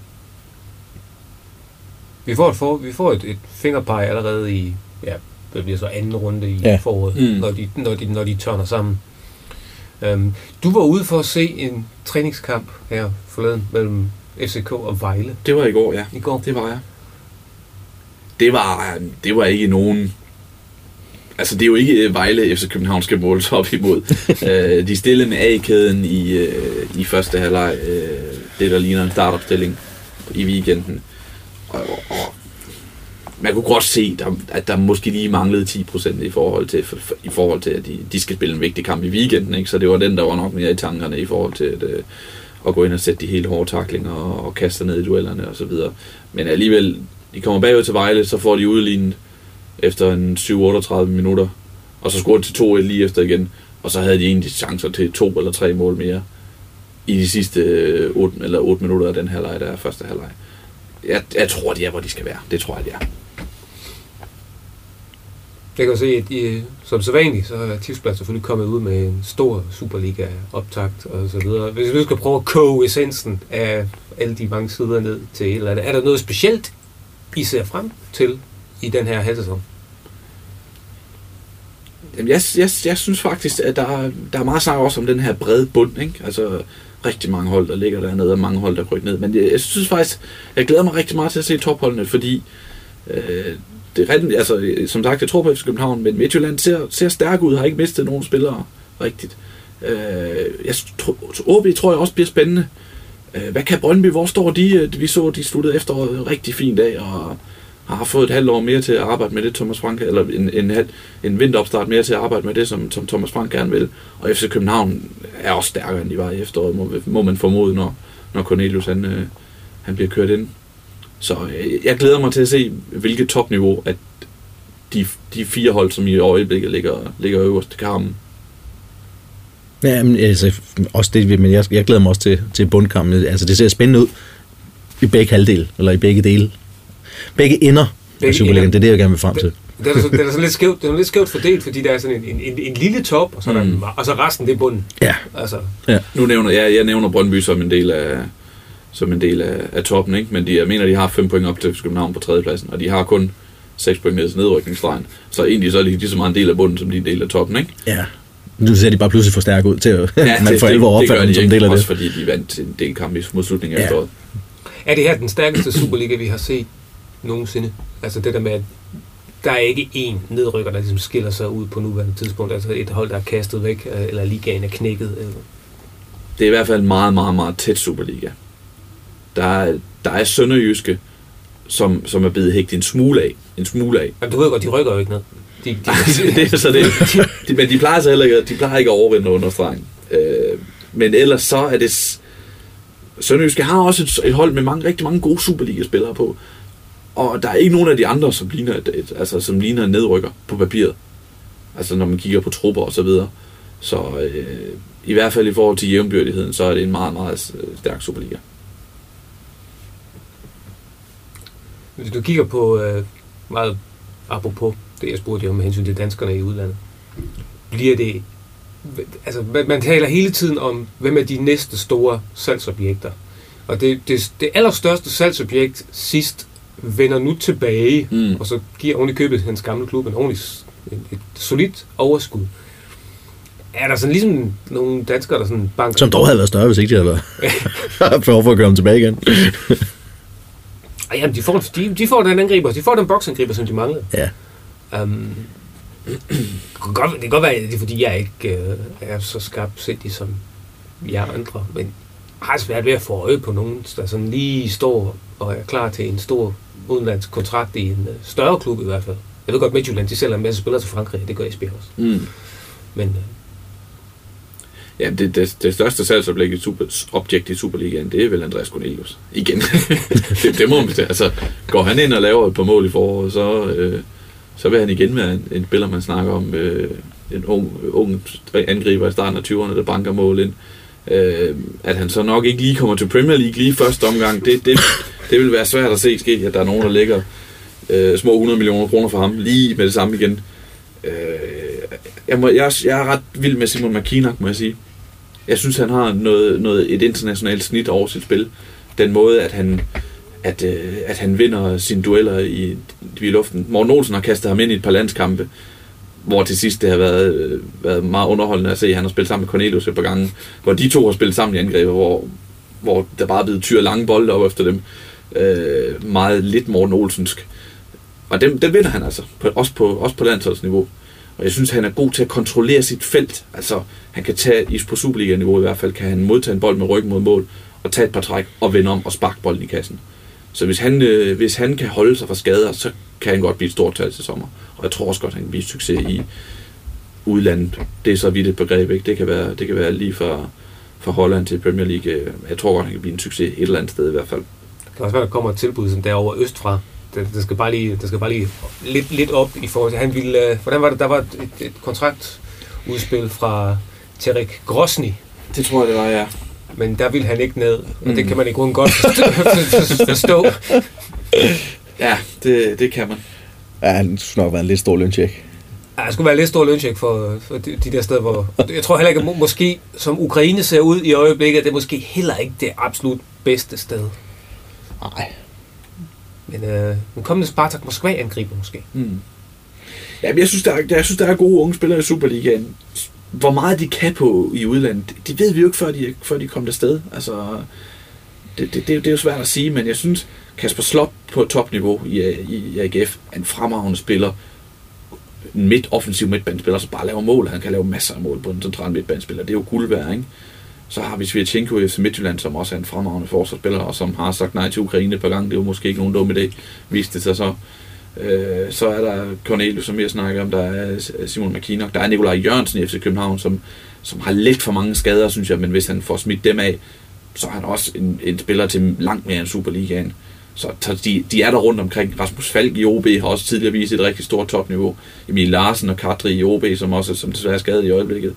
Vi får et fingerpege allerede i... Ja, det bliver så anden runde i foråret, når de tørner sammen. Du var ude for at se en træningskamp her forleden mellem FCK og Vejle. Det var i går, ja. I går? Det var jeg. Det var ikke nogen... Altså, det er jo ikke Vejle FC København skal måles op imod. De stille med A-kæden i første halvleg. Det, der ligner en startopstilling i weekenden. Og man kunne godt se, at der måske lige manglede 10% i forhold til at de skal spille en vigtig kamp i weekenden. Ikke? Så det var den, der var nok mere i tankerne i forhold til at gå ind og sætte de helt hårde tacklinger og kaste ned i duellerne og så videre. Men alligevel, de kommer bagud til Vejle, så får de udlignet efter en 7-38 minutter, og så scorede de 2-1 lige efter igen, og så havde de egentlig chancer til 2 eller 3 mål mere i de sidste 8 minutter af den halvleg, der er første halvleg. Jeg tror, de er, hvor de skal være. Det tror jeg, de er. Jeg kan se, at som så vanligt, så er Tipsbladet selvfølgelig kommet ud med en stor Superliga-optakt og så videre. Hvis du skal prøve at koge essensen af alle de mange sider ned til et eller andet, er der noget specielt, I ser frem til i den her halvsæson? Jamen, jeg synes faktisk, at der er meget snak også om den her brede bund, ikke? Altså rigtig mange hold, der ligger dernede, og mange hold, der rykker ned. Men jeg synes faktisk, jeg glæder mig rigtig meget til at se topholdene, fordi det er rigtigt, altså som sagt, jeg tror på FC København, men Midtjylland ser stærk ud, har ikke mistet nogen spillere rigtigt. OB tror jeg også bliver spændende. Hvad kan Brøndby, hvor står de? Vi så, de sluttede efteråret rigtig fint af, og har fået et halvt år mere til at arbejde med det, Thomas Frank, eller en vinteropstart mere til at arbejde med det, som Thomas Frank gerne vil. Og FC København er også stærkere, end de var i efteråret, må man formode, når Cornelius han bliver kørt ind. Så jeg glæder mig til at se, hvilket topniveau, at de 4 hold, som i øjeblikket ligger øverst, kan have. Ja, men altså, også det, men jeg glæder mig også til bundkampen. Altså, det ser spændende ud i begge halvdele, eller i begge dele. Begge ender af Superligaen, det er det, jeg gerne vil frem til. Det er sådan lidt skævt, det er lidt skævt fordelt, fordi der er sådan en lille top, og så, og så resten, det er bunden. Ja. Altså. Ja. Nu nævner Brøndby som en del af toppen, ikke? Men jeg mener, de har 5 point op til København på 3. pladsen, og de har kun 6 point ned til nedrykningsstregen. Så egentlig så er de lige så meget en del af bunden, som de er en del af toppen, ikke? Ja. Nu ser de bare pludselig for stærke ud til at man for alvor opfatter dem som en del af det. Også fordi de vandt en del kamp mod slutningen af efteråret. Er det her den stærkeste Superliga, vi har set nogensinde? Altså det der med, at der er ikke én nedrykker, der ligesom skiller sig ud på nuværende tidspunkt. Altså et hold, der er kastet væk, eller ligaen er knækket. Det er i hvert fald en meget, meget, meget tæt Superliga. Der er Sønderjyske, som er blevet hægtet en smule af. Jamen, du ved godt, de rykker jo ikke ned. Det er så det. Men de plejer så heller ikke, de plejer ikke at overvinde under stregen. Men ellers så er det... Sønderjyske har også et hold med rigtig mange gode Superliga-spillere på. Og der er ikke nogen af de andre, som ligner en nedrykker på papiret. Altså når man kigger på trupper og så videre. Så i hvert fald i forhold til jævnbyrdigheden, så er det en meget, meget stærk Superliga. Hvis du kigger på meget apropos det, jeg spurgte om med hensyn til danskerne i udlandet, bliver det... Altså, man taler hele tiden om, hvem er de næste store salgsobjekter. Og det allerstørste salgsobjekt sidst vender nu tilbage, og så giver oven i købet hans gamle klub et solidt overskud. Er der sådan ligesom nogle danskere, der sådan banker... Som dog havde været større, hvis ikke de havde været for at køre dem tilbage igen. Jamen, de får den angriber, de får den boksangriber, som de manglede. Ja. Det kan godt være, det er fordi, jeg ikke er så skarpsindig som jer andre, men har svært ved at få øje på nogen, der sådan lige står og er klar til en stor udenlandsk kontrakt i en større klub i hvert fald. Jeg ved godt, Midtjylland, de sælger en masse spillere til Frankrig, det gør Esbjerg også. Men... Ja, det største salgsobjekt i Superligaen, det er vel Andreas Cornelius. Igen. det må man sige. Altså, går han ind og laver et par mål i foråret, så vil han igen være en spiller, man snakker om. En ung angriber i starten af 20'erne, der banker mål ind. At han så nok ikke lige kommer til Premier League lige første omgang, det vil være svært at se ske, at der er nogen, der lægger små 100 millioner kroner for ham lige med det samme igen. Jeg er ret vild med Simon McKinnock, må jeg sige. Jeg synes, han har et internationalt snit over sit spil. Den måde, at han vinder sine dueller i luften. Morten Olsen har kastet ham ind i et par landskampe, hvor til sidst det har været meget underholdende at se. Han har spillet sammen med Cornelius et par gange, hvor de to har spillet sammen i angrebet, hvor der bare er blevet tyret lange bolde op efter dem. Meget lidt Morten Olsensk. Og dem vinder han altså, også på landsholdsniveau. Og jeg synes, han er god til at kontrollere sit felt. Altså, han kan tage, på Superliga-niveau i hvert fald, kan han modtage en bold med ryggen mod mål, og tage et par træk og vende om og sparke bolden i kassen. Så hvis han kan holde sig fra skader, så kan han godt blive et stort tal til sommer. Og jeg tror også godt, han kan blive succes i udlandet. Det er så vidt et begreb, ikke? Det kan være lige fra Holland til Premier League. Jeg tror godt, han kan blive en succes et eller andet sted i hvert fald. Det kan også være, der kommer et tilbud som derovre østfra. Det skal bare lige lidt op i forhold til, han ville, hvordan var det, der var et kontraktudspil fra Terek Grosny. Det tror jeg, det var, ja. Men der ville han ikke ned, og det kan man i grunden godt forstå. Ja, det kan man. Ja, han skulle nok være en lidt stor løncheck. Ja, det skulle være lidt stor løncheck for de der steder, hvor... Jeg tror heller ikke, at måske, som Ukraine ser ud i øjeblikket, at det er måske heller ikke det absolut bedste sted. Nej. Men den kommende Spartak Moskva-angriber måske. Ja, men jeg synes, der er gode unge spillere i Superligaen. Hvor meget de kan på i udlandet, det ved vi jo ikke, før de kommer afsted. Altså, det er jo svært at sige, men jeg synes, Kasper Slot på topniveau i AGF er en fremragende spiller. En offensiv midtbanespiller, så bare laver mål. Han kan lave masser af mål på en central midtbanespiller. Det er jo guld værd, ikke? Så har vi Svirchenko i FC Midtjylland, som også er en fremragende forsvarsspiller, og som har sagt nej til Ukraine et par gange. Det er jo måske ikke nogen dum idé, viste det sig så. Så er der Cornelius, som jeg snakker om, der er Simon McKinnock, der er Nikolaj Jørgensen i FC København, som har lidt for mange skader, synes jeg, men hvis han får smidt dem af, så er han også en spiller til langt mere end Superligaen. Så de er der rundt omkring. Rasmus Falk i OB har også tidligere vist et rigtig stort topniveau. Emil Larsen og Kadri i OB, som desværre er skadet i øjeblikket.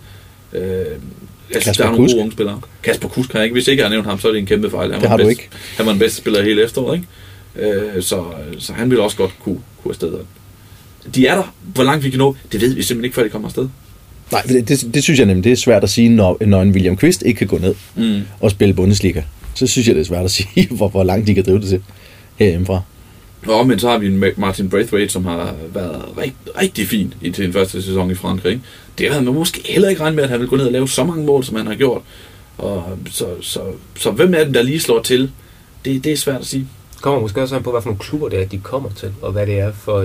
Jeg synes, der er nogle gode unge spillere. Kasper Kusk kan jeg ikke. Hvis ikke jeg har nævnt ham, så er det en kæmpe fejl. Det har du ikke. Han var den bedste spiller hele efteråret, ikke? Så han vil også godt kunne afsted. De er der. Hvor langt vi kan nå, det ved vi simpelthen ikke, før de kommer afsted. Nej, det synes jeg nemlig, det er svært at sige, når en William Kvist ikke kan gå ned og spille Bundesliga. Så synes jeg, det er svært at sige, hvor langt de kan drive det til herhjemmefra. Men så har vi en Martin Braithwaite, som har været rigtig fin i den første sæson i Frankrig. Ikke? Det havde man måske heller ikke regnet med, at han ville gå ned og lave så mange mål, som han har gjort. Og så hvem er den, der lige slår til? Det er svært at sige. Kommer måske også an på, hvad for nogle klubber det er, de kommer til, og hvad det er for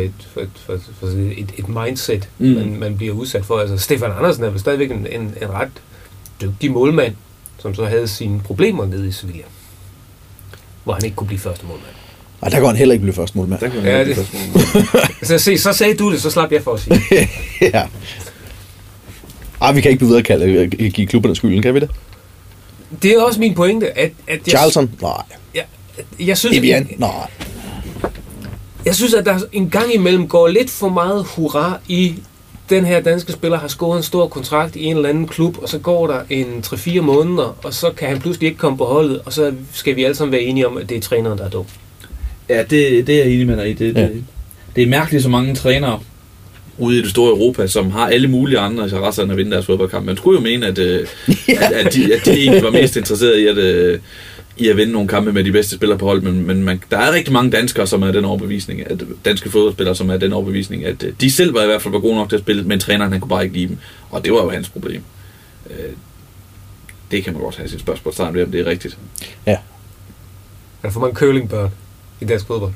et mindset, man bliver udsat for. Altså, Stefan Andersen er vel stadigvæk en ret dygtig målmand, som så havde sine problemer nede i Sevilla, hvor han ikke kunne blive første målmand. Nej, der kan han heller ikke blive første målmand. Så sagde du det, så slap jeg for at sige. Ja. Vi kan ikke blive give klubberne skylden, kan vi det? Det er også min pointe, at Charlton? Nej. Jeg synes, Evian? Nej. Jeg synes, at der en gang imellem går lidt for meget hurra i, den her danske spiller har scoret en stor kontrakt i en eller anden klub, og så går der en 3-4 måneder, og så kan han pludselig ikke komme på holdet, og så skal vi alle sammen være enige om, at det er træneren, der er dum. Ja, det er jeg enig med dig i. Det er mærkeligt, så mange trænere ude i det store Europa, som har alle mulige andre interesser end at vinde deres fodboldkamp. Man skulle jo mene, at de egentlig var mest interesserede i at vinde nogle kampe med de bedste spillere på hold, men der er rigtig mange danskere, som er den overbevisning, at danske fodboldspillere, som er den overbevisning, at de selv var i hvert fald gode nok til at spille, men træneren han kunne bare ikke lide dem, og det var jo hans problem. Det kan man godt have sit spørgsmål ved, om det er rigtigt. Ja. Er der for mange curlingbørn i dansk fodbold?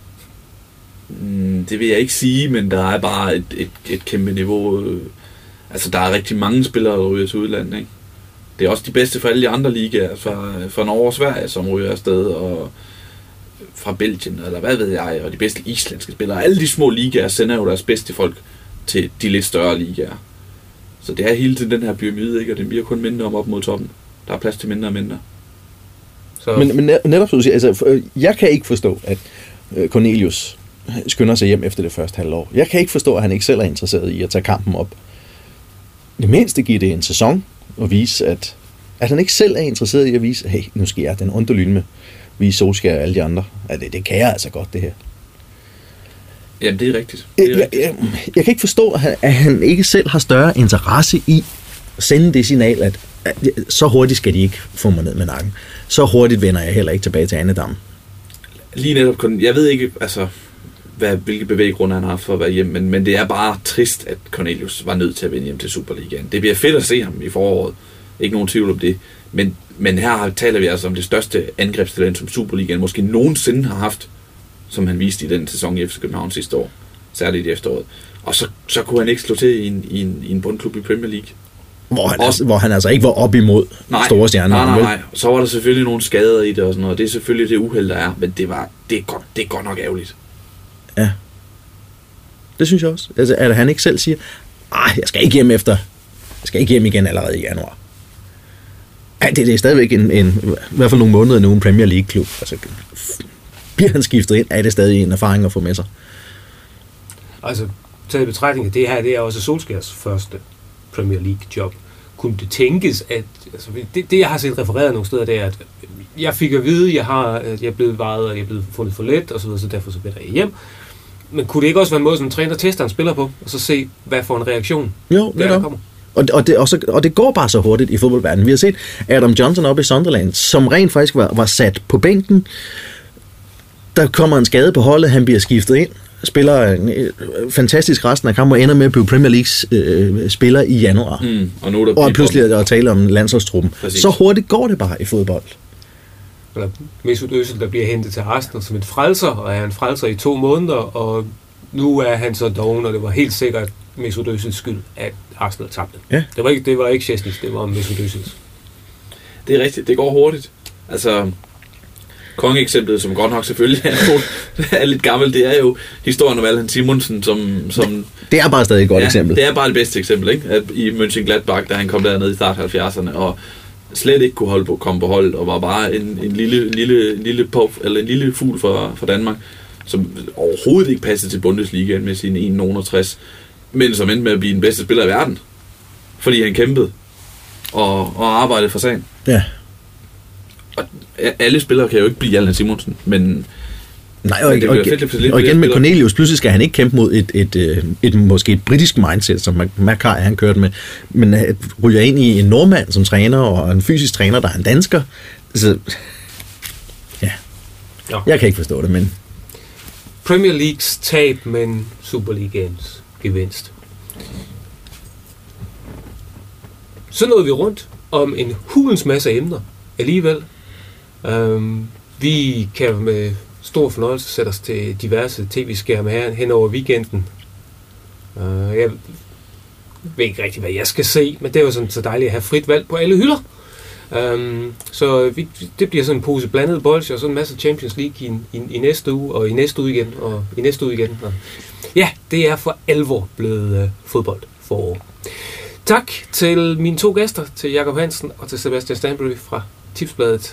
Det vil jeg ikke sige, men der er bare et kæmpe niveau. Altså, der er rigtig mange spillere, der ryger til udlandet, ikke? Det er også de bedste fra alle de andre ligaer, fra Norge og Sverige, som ryger afsted, og fra Belgien, eller hvad ved jeg, og de bedste islandske spillere. Alle de små ligaer sender jo deres bedste folk til de lidt større ligaer. Så det er hele tiden den her pyramide, ikke? Og det bliver kun mindre op mod toppen. Der er plads til mindre og mindre. Så. Men netop så du siger, altså, jeg kan ikke forstå, at Cornelius skynder sig hjem efter det første halvår. Jeg kan ikke forstå, at han ikke selv er interesseret i at tage kampen op. Det mindste giver det en sæson og vise, at han ikke selv er interesseret i at vise, hey, nu skal jeg den underlynme vise Solskjaer og alle de andre. Ja, det kan jeg altså godt, det her. Jamen, det er rigtigt. Jeg kan ikke forstå, at han ikke selv har større interesse i at sende det signal, at så hurtigt skal de ikke få mig ned med nakken. Så hurtigt vender jeg heller ikke tilbage til Annedam. Lige netop, jeg ved ikke, altså, hvilke bevæggrunde han har for at være hjemme, men det er bare trist, at Cornelius var nødt til at vende hjem til Superligaen. Det bliver fedt at se ham i foråret. Ikke nogen tvivl om det. Men her taler vi altså om det største angrebstalent, som Superligaen måske nogensinde har haft, som han viste i den sæson i FC København sidste år. særligt i efteråret. Og så kunne han ikke slå til i en bundklub i Premier League. Hvor han altså ikke var op imod store stjerner. Nej. Så var der selvfølgelig nogle skader i det og sådan noget. Det er selvfølgelig det uheld, der er, men det er godt nok ærgerligt. Ja. Det synes jeg også. Altså, at han ikke selv siger, jeg skal ikke hjem igen allerede i januar. Ja, det er stadigvæk i hvert fald nogle måneder nu en Premier League-klub. Altså, bliver han skiftet ind, er det stadig en erfaring at få med sig. Altså, taget i betragtning af det her, det er også Solskjærs første Premier League-job. Kunne det tænkes, at... Altså, det, jeg har set refereret nogle steder, det er, at jeg fik at vide, jeg er blevet vejet, og jeg er blevet fundet for let, og så videre, så derfor så bliver jeg hjem. Men kunne det ikke også være en måde, som en træner tester en spiller på, og så se, hvad for en reaktion der kommer? Og det går bare så hurtigt i fodboldverdenen. Vi har set Adam Johnson oppe i Sunderland, som rent faktisk var sat på bænken. Der kommer en skade på holdet, han bliver skiftet ind, spiller en fantastisk resten af kampen og ender med at blive Premier Leagues spiller i januar. Og pludselig at tale om landsholdstruppen. Præcis. Så hurtigt går det bare i fodbold. Eller Mesut Özil, der bliver hentet til Arsenal som et frelser, og er en frelser i 2 måneder, og nu er han så doven, og det var helt sikkert Mesut Özils skyld, at Arsenal tabte. Ja. Det var ikke Chesney, det var Mesut Özils. Det er rigtigt, det går hurtigt. Altså, kongeeksemplet, som godt nok selvfølgelig er lidt gammelt, det er jo historien om Allan Simonsen, som det er bare stadig et godt eksempel. Det er bare det bedste eksempel, ikke? At i Mönchengladbach, da han kom dernede i start 70'erne, og slet ikke kunne komme på holdet, og var bare en lille fugl for Danmark, som overhovedet ikke passede til Bundesligaen med sine 1,60, men som endte med at blive den bedste spiller i verden, fordi han kæmpede og arbejdede for sagen. Ja. Og alle spillere kan jo ikke blive Allan Simonsen, men... Nej, og igen med Cornelius, pludselig skal han ikke kæmpe mod et måske et britisk mindset, som Mackay han kørte med, men ryger ind i en nordmand som træner, og en fysisk træner, der er en dansker. Så, ja. Jeg kan ikke forstå det, men... Premier Leagues tab, men Superligaens gevinst. Så nåede vi rundt om en hulens masse emner alligevel. Vi kan med stor fornøjelse sætte os til diverse tv-skærme her hen over weekenden. Jeg ved ikke rigtig, hvad jeg skal se, men det er jo sådan så dejligt at have frit valg på alle hylder. Så det bliver sådan en pose blandet bolsje, og så en masse Champions League i næste uge, og i næste uge igen, og i næste uge igen. Og ja, det er for alvor blevet fodbold for. Tak til mine 2 gæster, til Jakob Hansen og til Sebastian Stanbury fra Tipsbladet.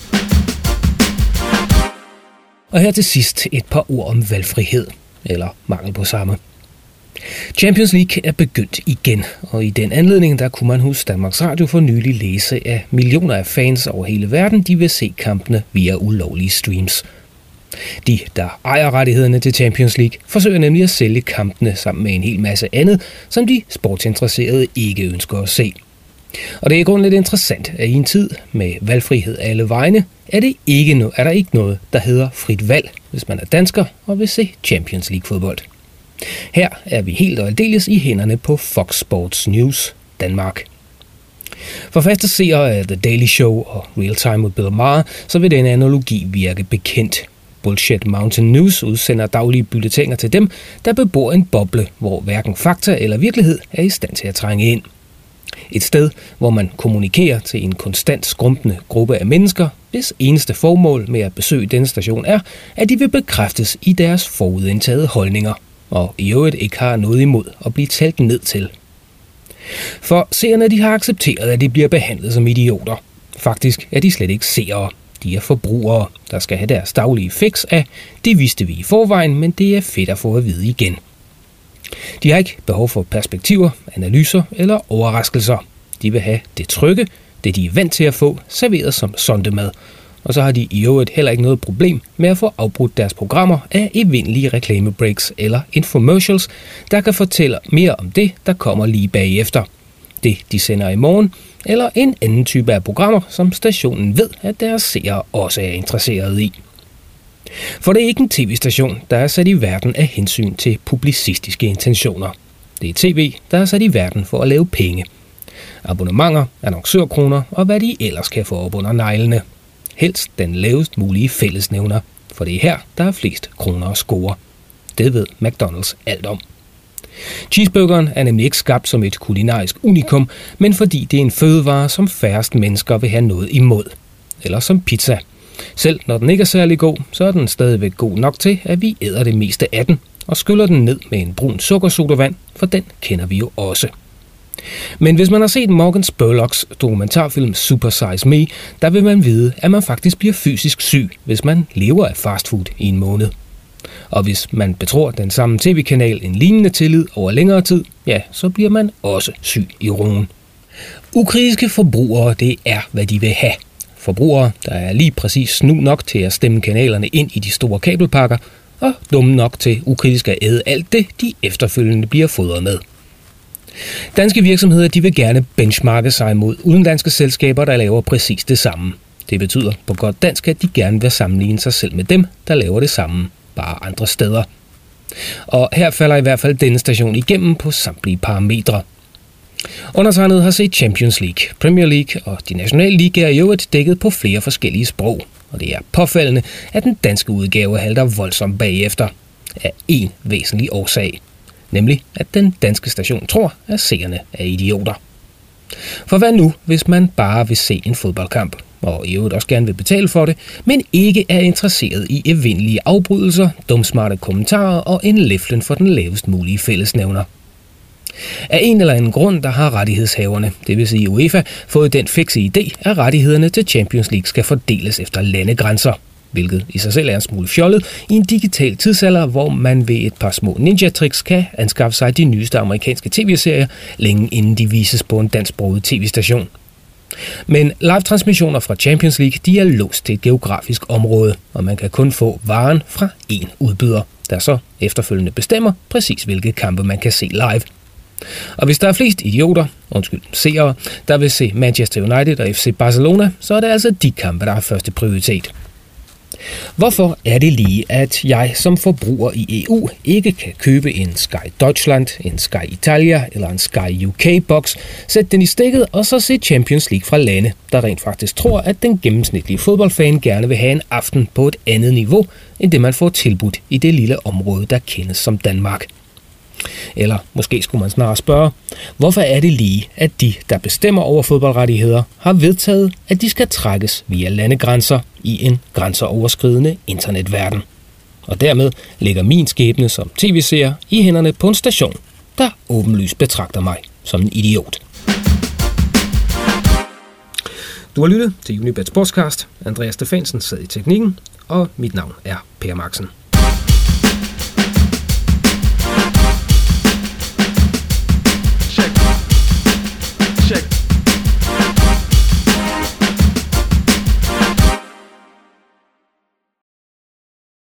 Og her til sidst et par ord om valgfrihed, eller mangel på samme. Champions League er begyndt igen, og i den anledning der kunne man hos Danmarks Radio for nylig læse, at millioner af fans over hele verden de vil se kampene via ulovlige streams. De, der ejer rettighederne til Champions League, forsøger nemlig at sælge kampene sammen med en hel masse andet, som de sportsinteresserede ikke ønsker at se. Og det er i grunden lidt interessant, at i en tid med valgfrihed alle vegne, er der ikke noget, der hedder frit valg, hvis man er dansker og vil se Champions League-fodbold. Her er vi helt og aldeles i hænderne på Fox Sports News Danmark. For faste seere af The Daily Show og Real Time with Bill Maher, så vil denne analogi virke bekendt. Bullshit Mountain News udsender daglige bulletiner til dem, der bebor en boble, hvor hverken fakta eller virkelighed er i stand til at trænge ind. Et sted, hvor man kommunikerer til en konstant skrumpende gruppe af mennesker, hvis eneste formål med at besøge denne station er, at de vil bekræftes i deres forudindtagede holdninger, og i øvrigt ikke har noget imod at blive talt ned til. For seerne de har accepteret, at de bliver behandlet som idioter. Faktisk er de slet ikke seere. De er forbrugere, der skal have deres daglige fix af, det vidste vi i forvejen, men det er fedt at få at vide igen. De har ikke behov for perspektiver, analyser eller overraskelser. De vil have det trygge, det de er vant til at få, serveret som sondemad. Og så har de i øvrigt heller ikke noget problem med at få afbrudt deres programmer af evindelige reklamebreaks eller infomercials, der kan fortælle mere om det, der kommer lige bagefter. Det, de sender i morgen, eller en anden type af programmer, som stationen ved, at deres seere også er interesseret i. For det er ikke en tv-station, der er sat i verden af hensyn til publicistiske intentioner. Det er tv, der er sat i verden for at lave penge. Abonnementer, annoncørkroner og hvad de ellers kan få op under neglene. Helst den lavest mulige fællesnævner, for det er her, der er flest kroner at score. Det ved McDonald's alt om. Cheeseburgeren er nemlig ikke skabt som et kulinarisk unikum, men fordi det er en fødevare, som færrest mennesker vil have noget imod. Eller som pizza. Selv når den ikke er særlig god, så er den stadigvæk god nok til, at vi æder det meste af den, og skyller den ned med en brun sukkersodavand, for den kender vi jo også. Men hvis man har set Morgan Spurlocks dokumentarfilm Super Size Me, der vil man vide, at man faktisk bliver fysisk syg, hvis man lever af fastfood i en måned. Og hvis man betror den samme tv-kanal en lignende tillid over længere tid, ja, så bliver man også syg i roen. Ukritiske forbrugere, det er, hvad de vil have. Forbrugere, der er lige præcis snu nok til at stemme kanalerne ind i de store kabelpakker, og dumme nok til ukritisk at æde alt det, de efterfølgende bliver fodret med. Danske virksomheder, de vil gerne benchmarke sig mod udenlandske selskaber, der laver præcis det samme. Det betyder på godt dansk, at de gerne vil sammenligne sig selv med dem, der laver det samme, bare andre steder. Og her falder i hvert fald denne station igennem på samtlige parametre. Undertegnet har set Champions League, Premier League og de nationale ligaer i øvrigt dækket på flere forskellige sprog. Og det er påfaldende, at den danske udgave halter voldsomt bagefter af én væsentlig årsag. Nemlig, at den danske station tror, at seerne er idioter. For hvad nu, hvis man bare vil se en fodboldkamp, og i øvrigt også gerne vil betale for det, men ikke er interesseret i evindelige afbrydelser, dumsmarte kommentarer og en leflen for den lavest mulige fællesnævner? Af en eller anden grund, der har rettighedshaverne, det vil sige UEFA, fået den fikse idé, at rettighederne til Champions League skal fordeles efter landegrænser, hvilket i sig selv er en smule fjollet i en digital tidsalder, hvor man ved et par små ninja-tricks kan anskaffe sig de nyeste amerikanske tv-serier, længe inden de vises på en dansksproget tv-station. Men live-transmissioner fra Champions League, de er låst til et geografisk område, og man kan kun få varen fra én udbyder, der så efterfølgende bestemmer præcis hvilke kampe man kan se live. Og hvis der er flest seere, der vil se Manchester United og FC Barcelona, så er det altså de kampe, der har første prioritet. Hvorfor er det lige, at jeg som forbruger i EU ikke kan købe en Sky Deutschland, en Sky Italia eller en Sky UK-boks, sætte den i stikket og så se Champions League fra lande, der rent faktisk tror, at den gennemsnitlige fodboldfan gerne vil have en aften på et andet niveau, end det man får tilbudt i det lille område, der kendes som Danmark? Eller måske skulle man snarere spørge, hvorfor er det lige, at de, der bestemmer over fodboldrettigheder, har vedtaget, at de skal trækkes via landegrænser i en grænseoverskridende internetverden? Og dermed ligger min skæbne som tv-seer i hænderne på en station, der åbenlyst betragter mig som en idiot. Du har lyttet til Unibet Sportscast. Andreas Stefansen sad i teknikken, og mit navn er Per Maxen.